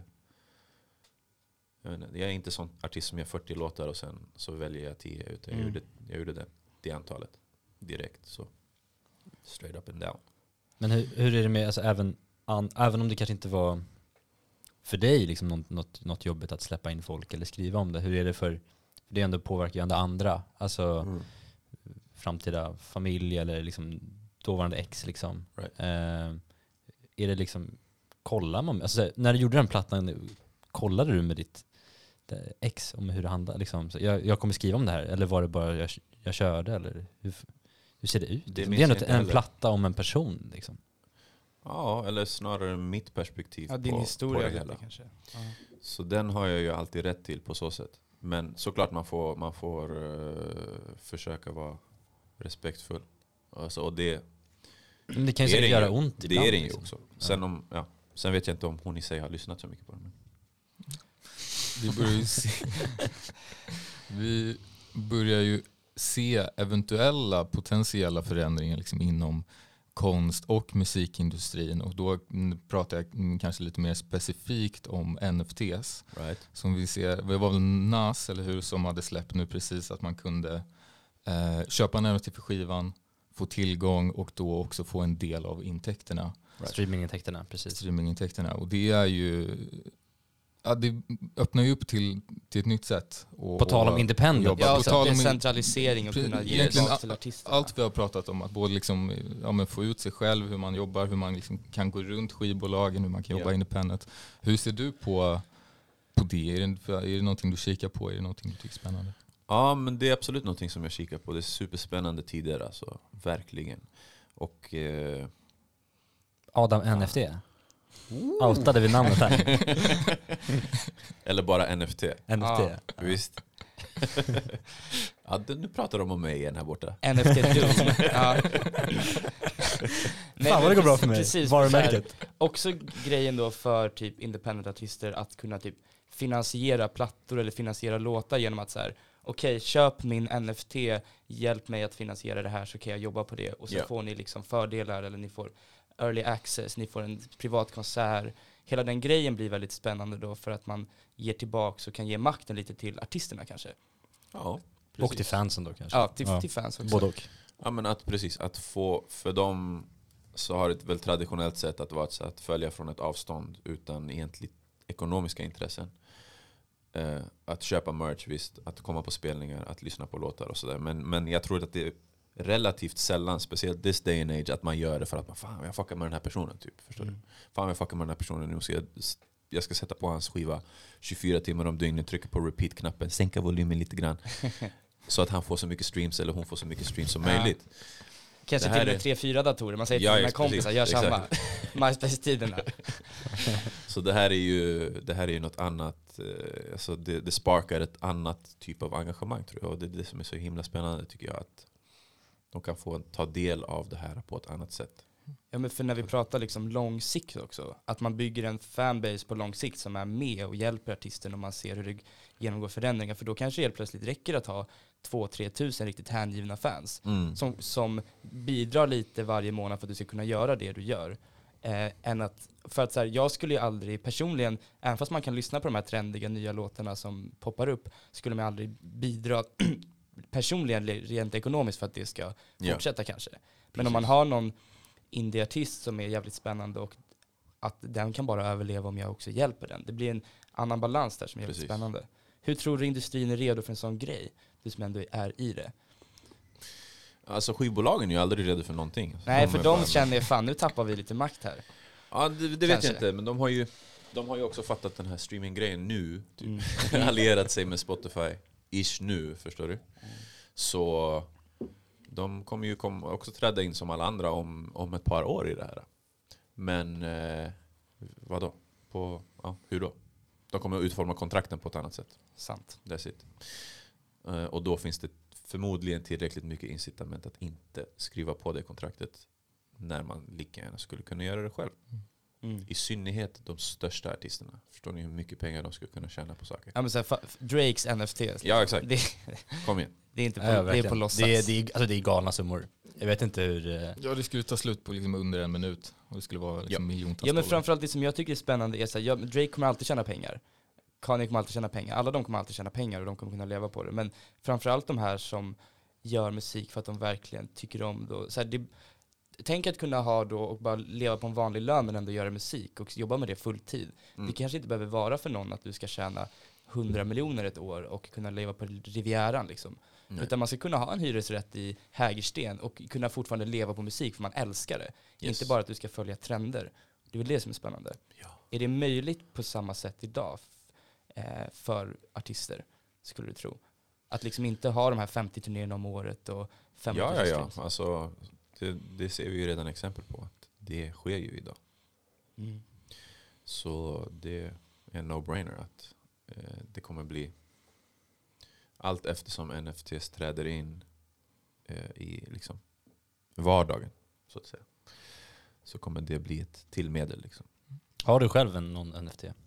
jag, vet inte, jag är inte sån artist som gör fyrtio låtar och sen så väljer jag tio. Utan jag, Mm. gjorde, jag gjorde det, det antalet direkt. Så straight up and down. Men hur, hur är det med, alltså, även, an, även om det kanske inte var för dig liksom något, något, något jobbigt att släppa in folk eller skriva om det, hur är det för, för det ändå påverkar ju ändå andra, alltså Mm. framtida familj eller liksom dåvarande ex liksom. Right. Eh, är det liksom, kollar man, alltså när du gjorde den plattan, kollade du med ditt ex om hur det handlade liksom? Så jag, jag kommer skriva om det här, eller var det bara jag, jag körde, eller hur, hur ser det ut? Det, Det är ändå inte en heller. platta om en person liksom. Ja, eller snarare mitt perspektiv Ja, din på, historia på det lite hela. kanske. Ja. Så den har jag ju alltid rätt till på så sätt. Men såklart man får, man får uh, försöka vara respektfull. Alltså, och det, Men det kan ju det är säkert den göra ju. ont Det ibland, är den ju liksom. också. Sen, om, ja, sen vet jag inte om hon i sig har lyssnat så mycket på den. Men. Vi börjar ju se, vi börjar ju se eventuella potentiella förändringar liksom inom konst- och musikindustrin. Och då pratar jag kanske lite mer specifikt om N F Ts. Right. Som vi ser, det var väl Nas, eller hur, som hade släppt nu precis att man kunde eh, köpa en N F T för skivan, få tillgång och då också få en del av intäkterna. Right. Streamingintäkterna, precis. Streamingintäkterna. Och det är ju, ja, det öppnar ju upp till, till ett nytt sätt. Och, På tal om och independent. jobba. Ja, På så tal om- decentralisering och kunna ge Egentligen tillbaka till artisterna. allt vi har pratat om, att både liksom, ja, men få ut sig själv, hur man jobbar, hur man liksom kan gå runt skivbolagen, hur man kan jobba Ja. independent. Hur ser du på, på det? Är det? Är det någonting du kikar på? Är det någonting du tycker är spännande? Ja, men det är absolut någonting som jag kikar på. Det är superspännande tider alltså. Verkligen. Och... Eh, Adam N F T. Outade vi namnet här. eller bara N F T. N F T. Ja. Visst. Ja, det- nu pratar de om mig igen här borta. N F T-dum. Ja. Nej, Fan vad men det går bra precis- för mig. precis, Varumärket. så här, också grejen då för typ independent-artister att kunna typ finansiera plattor eller finansiera låtar genom att så här, okej, köp min N F T, hjälp mig att finansiera det här så kan jag jobba på det. Och så Ja. får ni liksom fördelar, eller ni får early access, ni får en privat konsert. Hela den grejen blir väldigt spännande då för att man ger tillbaka och kan ge makten lite till artisterna kanske. Ja, Och till fansen då kanske. Ja, till, till fans också. Både och. Ja, men att precis, att få, för dem så har det ett väl traditionellt sätt att vara att följa från ett avstånd utan egentligt ekonomiska intressen. Eh, att köpa merch, visst, att komma på spelningar, att lyssna på låtar och sådär. Men, men jag tror att det är relativt sällan, speciellt this day and age, att man gör det för att man, fan jag fuckar med den här personen typ, förstår Mm. du? Fan jag fuckar med den här personen nu, så jag, jag ska sätta på hans skiva tjugofyra timmar om dygnet, trycka på repeat-knappen, sänka volymen lite grann. Så att han får så mycket streams eller hon får så mycket streams som Ja. möjligt. Kanske Det här till och med är- tre, fyra datorer. Man säger till Ja, sina ex- kompisar, precis. gör samma. Exakt. MySpace-tiderna. Så det här är ju, det här är ju något annat, eh, alltså det, det sparkar ett annat typ av engagemang tror jag. Och det är det som är så himla spännande tycker jag, att de kan få ta del av det här på ett annat sätt. Ja, men för när vi pratar liksom lång sikt också, att man bygger en fanbase på lång sikt som är med och hjälper artisten och man ser hur det genomgår förändringar, för då kanske helt plötsligt räcker att ha två tre tusen riktigt hängivna fans Mm. som, som bidrar lite varje månad för att du ska kunna göra det du gör. Eh, än att, för att så här, jag skulle ju aldrig personligen, även fast man kan lyssna på de här trendiga nya låtarna som poppar upp, skulle man aldrig bidra personligen rent ekonomiskt för att det ska Ja. fortsätta kanske. Men om man har någon indieartist som är jävligt spännande och att den kan bara överleva om jag också hjälper den. Det blir en annan balans där som är jävligt Precis. spännande. Hur tror du industrin är redo för en sån grej? Du som ändå är i det. Alltså skivbolagen är ju aldrig redo för någonting. Nej, De för är de bara- känner fan, nu tappar vi lite makt här. Ja, det, det vet Kanske. jag inte, men de har ju de har ju också fattat den här streaminggrejen nu. Typ. Mm. Allierat sig med Spotify-ish nu, förstår du? Så de kommer ju kom, också träda in som alla andra om, om ett par år i det här. Men eh, vad då? På, ja, hur då? De kommer att utforma kontrakten på ett annat sätt. Sant. That's it. Eh, och då finns det förmodligen tillräckligt mycket incitament att inte skriva på det kontraktet när man lika gärna skulle kunna göra det själv. Mm. I synnerhet de största artisterna. Förstår ni hur mycket pengar de skulle kunna tjäna på saker? Ja, men så här, fa- Drakes N F T. Ja, exakt. Det, Kom igen. det är inte på, Ja, det är verkligen. på låtsas. det, är, det, är, alltså det är galna summor. Jag vet inte hur... eh, Ja, det skulle ta slut på liksom under en minut. Och det skulle vara liksom miljontals Ja, men dollar. framförallt det som jag tycker är spännande är så här, ja, men Drake kommer alltid tjäna pengar. Kanye kommer alltid tjäna pengar. Alla de kommer alltid tjäna pengar och de kommer kunna leva på det. Men framförallt de här som gör musik för att de verkligen tycker om det. Så här, det tänk att kunna ha då och bara leva på en vanlig lön men ändå göra musik och jobba med det fulltid. Mm. Det kanske inte behöver vara för någon att du ska tjäna hundra miljoner ett år och kunna leva på Rivieran liksom. Nej. Utan man ska kunna ha en hyresrätt i Hägersten och kunna fortfarande leva på musik för man älskar det. Yes. Inte bara att du ska följa trender. Det är väl det som är spännande. Ja. Är det möjligt på samma sätt idag f- eh, för artister, skulle du tro? Att liksom inte ha de här femtio turnéerna om året och femhundra Ja, ja, ja. streams. Alltså, det, det ser vi ju redan exempel på. Att det sker ju idag. Mm. Så det är en no-brainer att eh, det kommer bli allt eftersom N F Ts träder in eh, i liksom vardagen, så att säga. Så kommer det bli ett tillmedel. Liksom. Har du själv en, någon N F T?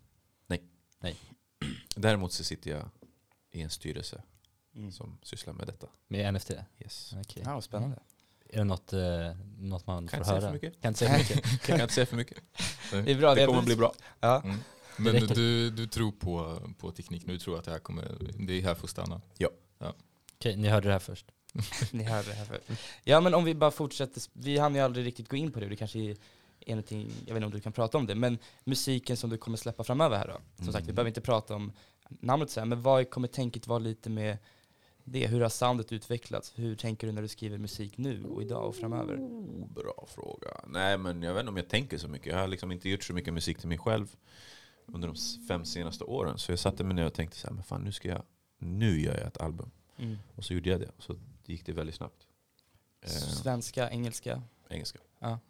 Däremot så sitter jag i en styrelse Mm. som sysslar med detta. Med N F T? Yes. Okej. Ja, vad spännande. Är det något, eh, något man Kan får inte säga höra? för mycket. Kan inte säga för mycket. Jag kan inte säga för mycket. Det är bra. Det är kommer bli bra. Ja. Mm. Det Men räcker. du, du tror på, på teknik nu, du tror att det här kommer, det är här för att stanna? Okej, ni hörde det här först. Ni hörde det här för. Ja, men om vi bara fortsätter. Vi hann ju aldrig riktigt gå in på det. Det kanske är någonting, jag vet inte om du kan prata om det, men musiken som du kommer släppa framöver här då. Som Mm. sagt, vi behöver inte prata om namnet så här, men vad kommer tänket vara lite med det? Hur har soundet utvecklats? Hur tänker du när du skriver musik nu och idag och framöver? Oh, bra fråga. Nej, men jag vet inte om jag tänker så mycket. Jag har liksom inte gjort så mycket musik till mig själv under de fem senaste åren. Så jag satte mig ner och tänkte så här, men fan, nu ska jag, nu gör jag ett album. Mm. Och så gjorde jag det. Och så gick det väldigt snabbt. Eh, Svenska, engelska? engelska. Ja.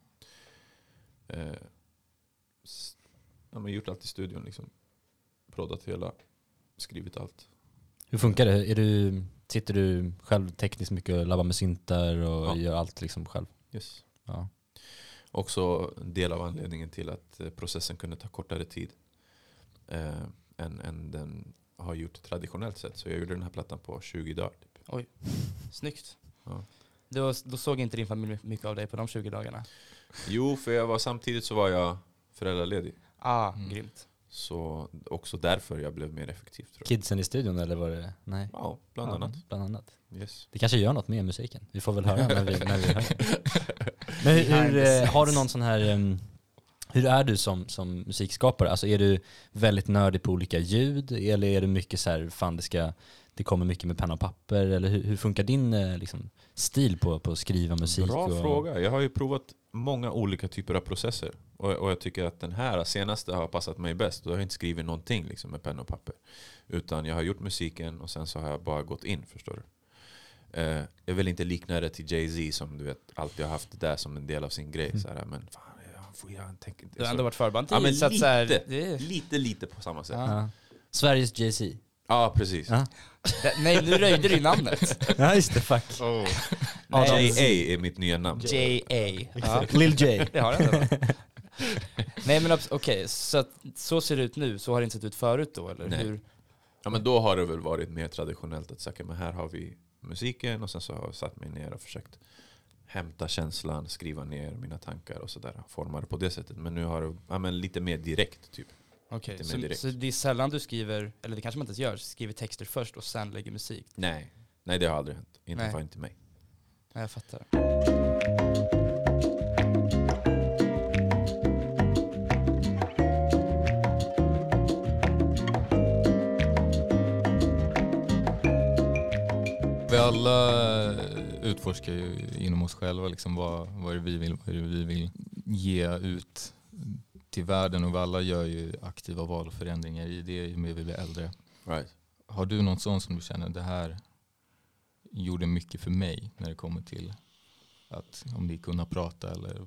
Eh, s- ja, men gjort allt i studion liksom. Proddat hela, skrivit allt. Hur funkar det? Är du, sitter du själv tekniskt mycket och labbar med syntar och Ja. gör allt liksom själv? Yes. Ja. Också en del av anledningen till att eh, processen kunde ta kortare tid eh, än, än den har gjort traditionellt sett. Så jag gjorde den här plattan på tjugo dagar. Typ. Snyggt. Ja. Då, då såg inte din familj mycket av dig på de tjugo dagarna? Jo, för jag var samtidigt så var jag föräldraledig. Ah, Mm. grymt. Så också därför jag blev mer effektiv, tror jag. Kidsen i studion eller var det? Nej. Ja, bland Ja, annat. Bland annat. Yes. Det kanske gör något med musiken. Vi får väl höra när vi, när vi hör det. Men hur, Behind hur, the eh, har du scenes. någon sån här... Um, hur är du som, som musikskapare? Alltså är du väldigt nördig på olika ljud? Eller är du mycket så här, fan det ska... Det kommer mycket med penna och papper? Eller hur, hur funkar din eh, liksom, stil på, på att skriva musik? Bra och, fråga. Jag har ju provat många olika typer av processer. Och, och jag tycker att den här senaste har passat mig bäst. Då har jag inte skrivit någonting liksom, med penna och papper. Utan jag har gjort musiken och sen så har jag bara gått in, förstår du. Eh, jag vill inte likna det till Jay-Z som du vet alltid har haft det där som en del av sin grej. Mm. Så här, men fan, jag, får, jag tänker inte Du har så. ändå varit förband till Ja, men så att så här, lite. det är, Lite, lite på samma sätt. Ja. Ja. Sveriges Jay-Z. Ja, precis. Ja. det, nej, nu röjde du ju namnet. Ja, just det. Fuck. Oh. Nej. J A är mitt nya namn. J A. Ja, Lil J. det har jag ändå. Nej men abs- okej, så, att, så ser det ut nu, så har det inte sett ut förut då, eller Nej. hur? Ja, men då har det väl varit mer traditionellt att säga, men här har vi musiken och sen så har jag satt mig ner och försökt hämta känslan, skriva ner mina tankar och sådär, forma det på det sättet. Men nu har det ja, men lite mer direkt typ. Okej, Lite mer så, direkt. så det är sällan du skriver, eller det kanske man inte ens gör, skriver texter först och sen lägger musik? Nej, nej det har aldrig hänt. Inte Nej. för inte mig. Nej, jag fattar. Vi alla utforskar ju inom oss själva liksom vad, vad är det vi vill, vad är det vi vill ge ut till världen, och vi alla gör ju aktiva val och förändringar i det ju mer vi blir äldre. Right. Har du någon sån som du känner, det här gjorde mycket för mig när det kommer till att om det är kunna prata eller...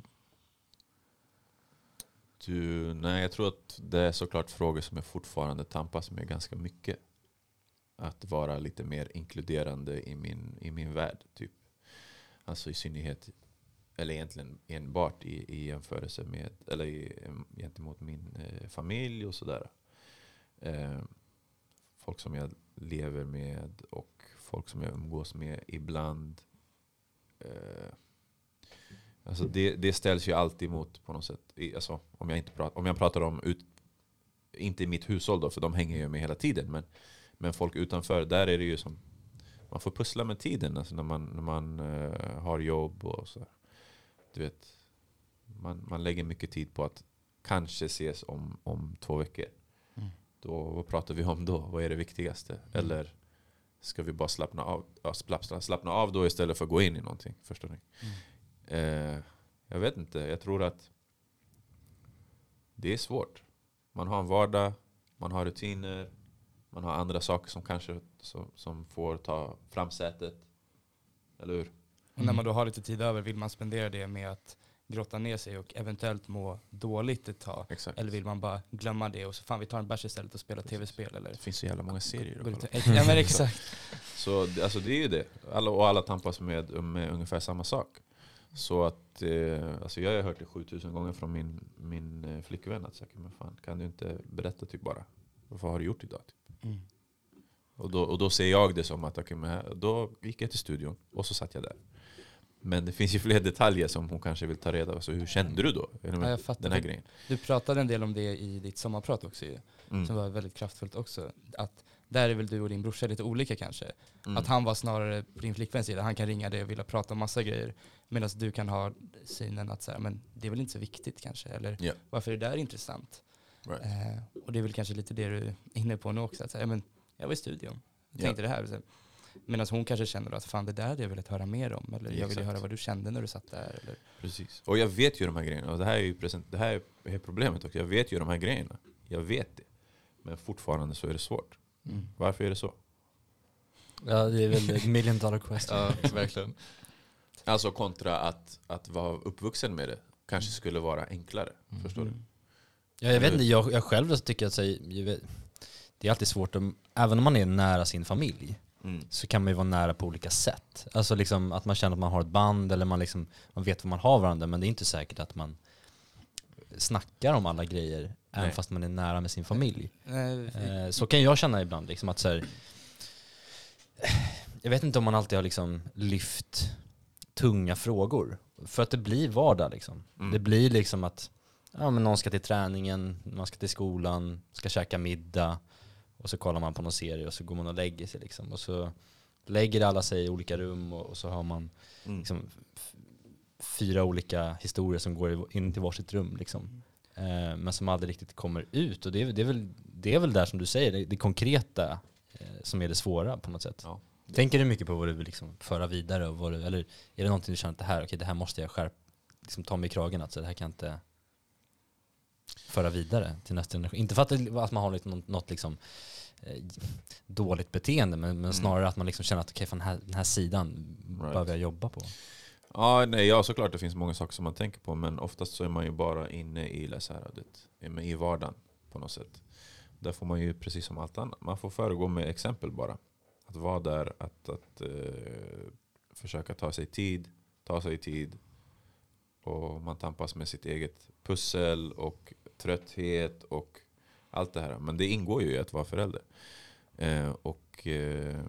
Du, nej, jag tror att det är såklart frågor som jag fortfarande tampas med ganska mycket. Att vara lite mer inkluderande i min, i min värld. Typ. Alltså i synnerhet, eller egentligen enbart i, i jämförelse med, eller i, gentemot min eh, familj och sådär. Eh, folk som jag lever med och folk som jag umgås med ibland. Eh, alltså det, det ställs ju alltid mot på något sätt. I, alltså, om, jag inte pratar, om jag pratar om, ut, inte i mitt hushåll då, för de hänger ju med hela tiden. Men, men folk utanför, där är det ju som, man får pussla med tiden alltså när man, när man uh, har jobb och så. Du vet, man, man lägger mycket tid på att kanske ses om, om två veckor. Mm. Då, vad pratar vi om då? Vad är det viktigaste? Mm. Eller ska vi bara slappna av, ja, slappna, slappna av då istället för att gå in i någonting. Förstår ni? Mm. Eh, jag vet inte. Jag tror att det är svårt. Man har en vardag, man har rutiner, man har andra saker som kanske som, som får ta framsätet. Eller hur? Och när man då har lite tid över, vill man spendera det med att grotta ner sig och eventuellt må dåligt ett tag? Exakt. Eller vill man bara glömma det och så fan vi tar en bärs istället och spelar tv-spel? Eller? Det finns så jävla många serier att Går kolla lite- Ja men exakt. Så alltså, det är ju det. Alla, och alla tampas med, med ungefär samma sak. Så att, eh, alltså jag har hört det sjutusen gånger från min, min eh, flickvän att säga, men fan, kan du inte berätta typ bara? Vad har du gjort idag? Typ? Mm. Och, då, och då ser jag det som att okay, men här, då gick jag till studion och så satt jag där. Men det finns ju fler detaljer som hon kanske vill ta reda på. Så hur kände du då? Ja, jag fattar. Den här grejen. Du pratade en del om det i ditt sommarprat också ju, Mm. som var väldigt kraftfullt också. Att där är väl du och din brorsa lite olika kanske. Mm. Att han var snarare på din flickväns sida, han kan ringa dig och vilja prata om massa grejer. Medan du kan ha synen att så här, men det är väl inte så viktigt kanske. Eller Ja. varför är det där intressant? Right. Eh, och det är väl kanske lite det du är inne på nu också. Att, så här, men jag var i studion, jag tänkte det här. Medan hon kanske känner att fan det där hade jag velat höra mer om. Eller jag ville Exakt. höra vad du kände när du satt där. Eller. Precis. Och jag vet ju de här grejerna. Och det här är ju present, det här är problemet också. Jag vet ju de här grejerna. Jag vet det. Men fortfarande så är det svårt. Mm. Varför är det så? Ja, det är väl ett million dollar question. Ja, verkligen. Alltså kontra att, att vara uppvuxen med det kanske skulle vara enklare. Mm. Förstår du? Mm. Ja, jag vet inte, jag, jag själv så tycker att så, jag vet, det är alltid svårt, om, även om man är nära sin familj, Mm. så kan man ju vara nära på olika sätt. Alltså liksom att man känner att man har ett band eller man, liksom, man vet vad man har varandra, men det är inte säkert att man snackar om alla grejer Nej. även fast man är nära med sin familj. Nej, Eh, så kan jag känna ibland liksom att så här, jag vet inte om man alltid har liksom lyft tunga frågor, för att det blir vardag liksom. Mm. Det blir liksom att ja, men någon ska till träningen, man ska till skolan, ska käka middag och så kollar man på någon serie och så går man och lägger sig liksom. Och så lägger alla sig i olika rum och, och så har man Mm. liksom f- fyra olika historier som går i- in till varsitt rum liksom. Eh, men som aldrig riktigt kommer ut. Och det är, det är, väl, det är väl där som du säger, det, det konkreta eh, som är det svåra på något sätt. Ja. Tänker du mycket på vad du vill liksom föra vidare? Och vad du, eller är det någonting du känner att det här, okej, det här måste jag skärpa, liksom ta mig i kragen, att så det här kan jag inte föra vidare till nästa generation. Inte för att, det, att man har liksom något, något liksom, eh, dåligt beteende, men, men Mm. snarare att man liksom känner att okej, fan, den, här, den här sidan Right. behöver jag jobba på. Ja, nej, ja, såklart det finns många saker som man tänker på, men oftast så är man ju bara inne i läsärdet, i vardagen på något sätt. Där får man ju precis som allt annat, man får föregå med exempel bara. Att vara där, att, att eh, försöka ta sig tid, ta sig tid. Och man tampas med sitt eget pussel och trötthet och allt det här. Men det ingår ju i att vara förälder. Eh, och eh,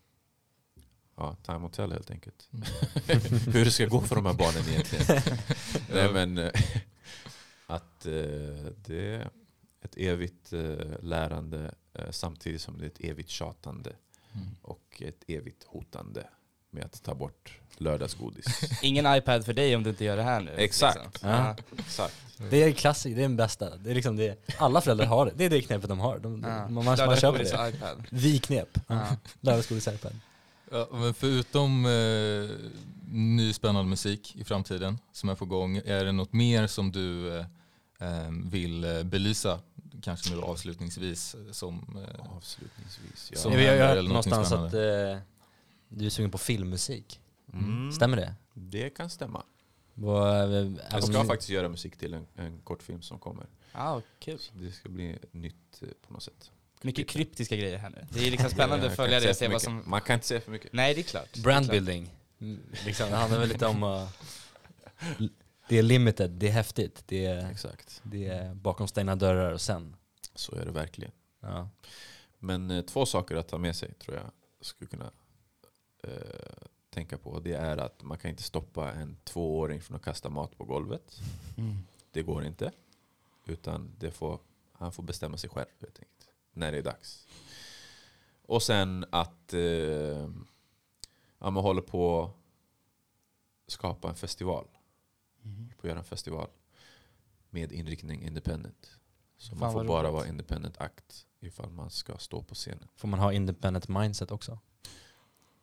ja, time will tell helt enkelt. Hur det ska gå för de här barnen egentligen. Nej, men eh, att eh, det är ett evigt eh, lärande eh, samtidigt som det är ett evigt tjatande. Mm. Och ett evigt hotande med att ta bort lördagsgodis. Ingen iPad för dig om du inte gör det här nu. Exakt. Liksom. Ja. Exakt. Det är klassik, det är den bästa. Det är liksom det, alla föräldrar har det. Det är det knepet de har. De, Ja. man, man, man köper Lördagsgodis det. och iPad. Vi-knep. Ja. Lördagsgodis iPad. Ja, men förutom eh, ny spännande musik i framtiden som är på gång, är det något mer som du eh, eh, vill eh, belysa, kanske nu avslutningsvis, eh, som, eh, Avslutningsvis. Som jag har händer hört eller någonting någonstans att eh, du är sugen på filmmusik. Mm. Stämmer det? Det kan stämma. Vad, eh, Jag även ska om- faktiskt göra musik till en, en kortfilm som kommer. Ah, kul. Så det ska bli nytt eh, på något sätt. Mycket kryptiska grejer här nu. Det är liksom spännande Jag att kan följa inte det och säga se för vad mycket. som... Man kan inte säga för mycket. Nej, det är klart. brandbuilding. Mm, liksom, det handlar väl lite om uh, det är limited, det är häftigt, det är, Exakt. det är bakom stängda dörrar och sen. Så är det verkligen. Ja. Men eh, två saker att ta med sig tror jag skulle kunna eh, tänka på. Det är att man kan inte stoppa en tvååring från att kasta mat på golvet. Mm. Det går inte. Utan det får, han får bestämma sig själv helt enkelt. När det är dags. Och sen att eh, ja, man håller på att skapa en festival. Mm. På att göra en festival. Med inriktning independent. Så Fan, man får vad bara roligt. vara independent act ifall man ska stå på scenen. Får man ha independent mindset också?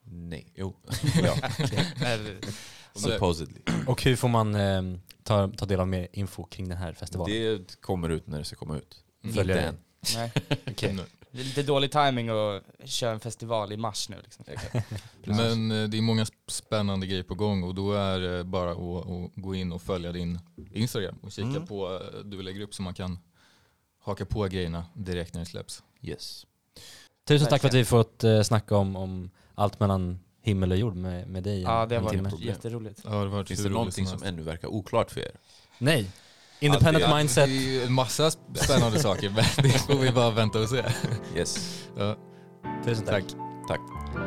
Nej, jo. Ja. Supposedly. Och hur får man eh, ta, ta del av mer info kring den här festivalen? Det kommer ut när det ska komma ut. Mm. Följer Inte det. än. Nej. Okej. Det är lite dålig timing att köra en festival i mars nu. Liksom. Men eh, det är många spännande grejer på gång och då är det bara att, att gå in och följa din Instagram och kika Mm. på eh, du lägger upp så man kan haka på grejerna direkt när det släpps. Yes. Tusen tack för att vi fått eh, snacka om, om allt mellan himmel och jord med, med dig. Ja, det en var timme. problem. jätteroligt. Ja, det har varit Finns hur det roligt någonting som som helst. ännu verkar oklart för er? Nej. Independent Ja, mindset. det är en massa spännande saker men det får vi bara vänta och se. Yes. Ja, Tusen tack. tack. Tack.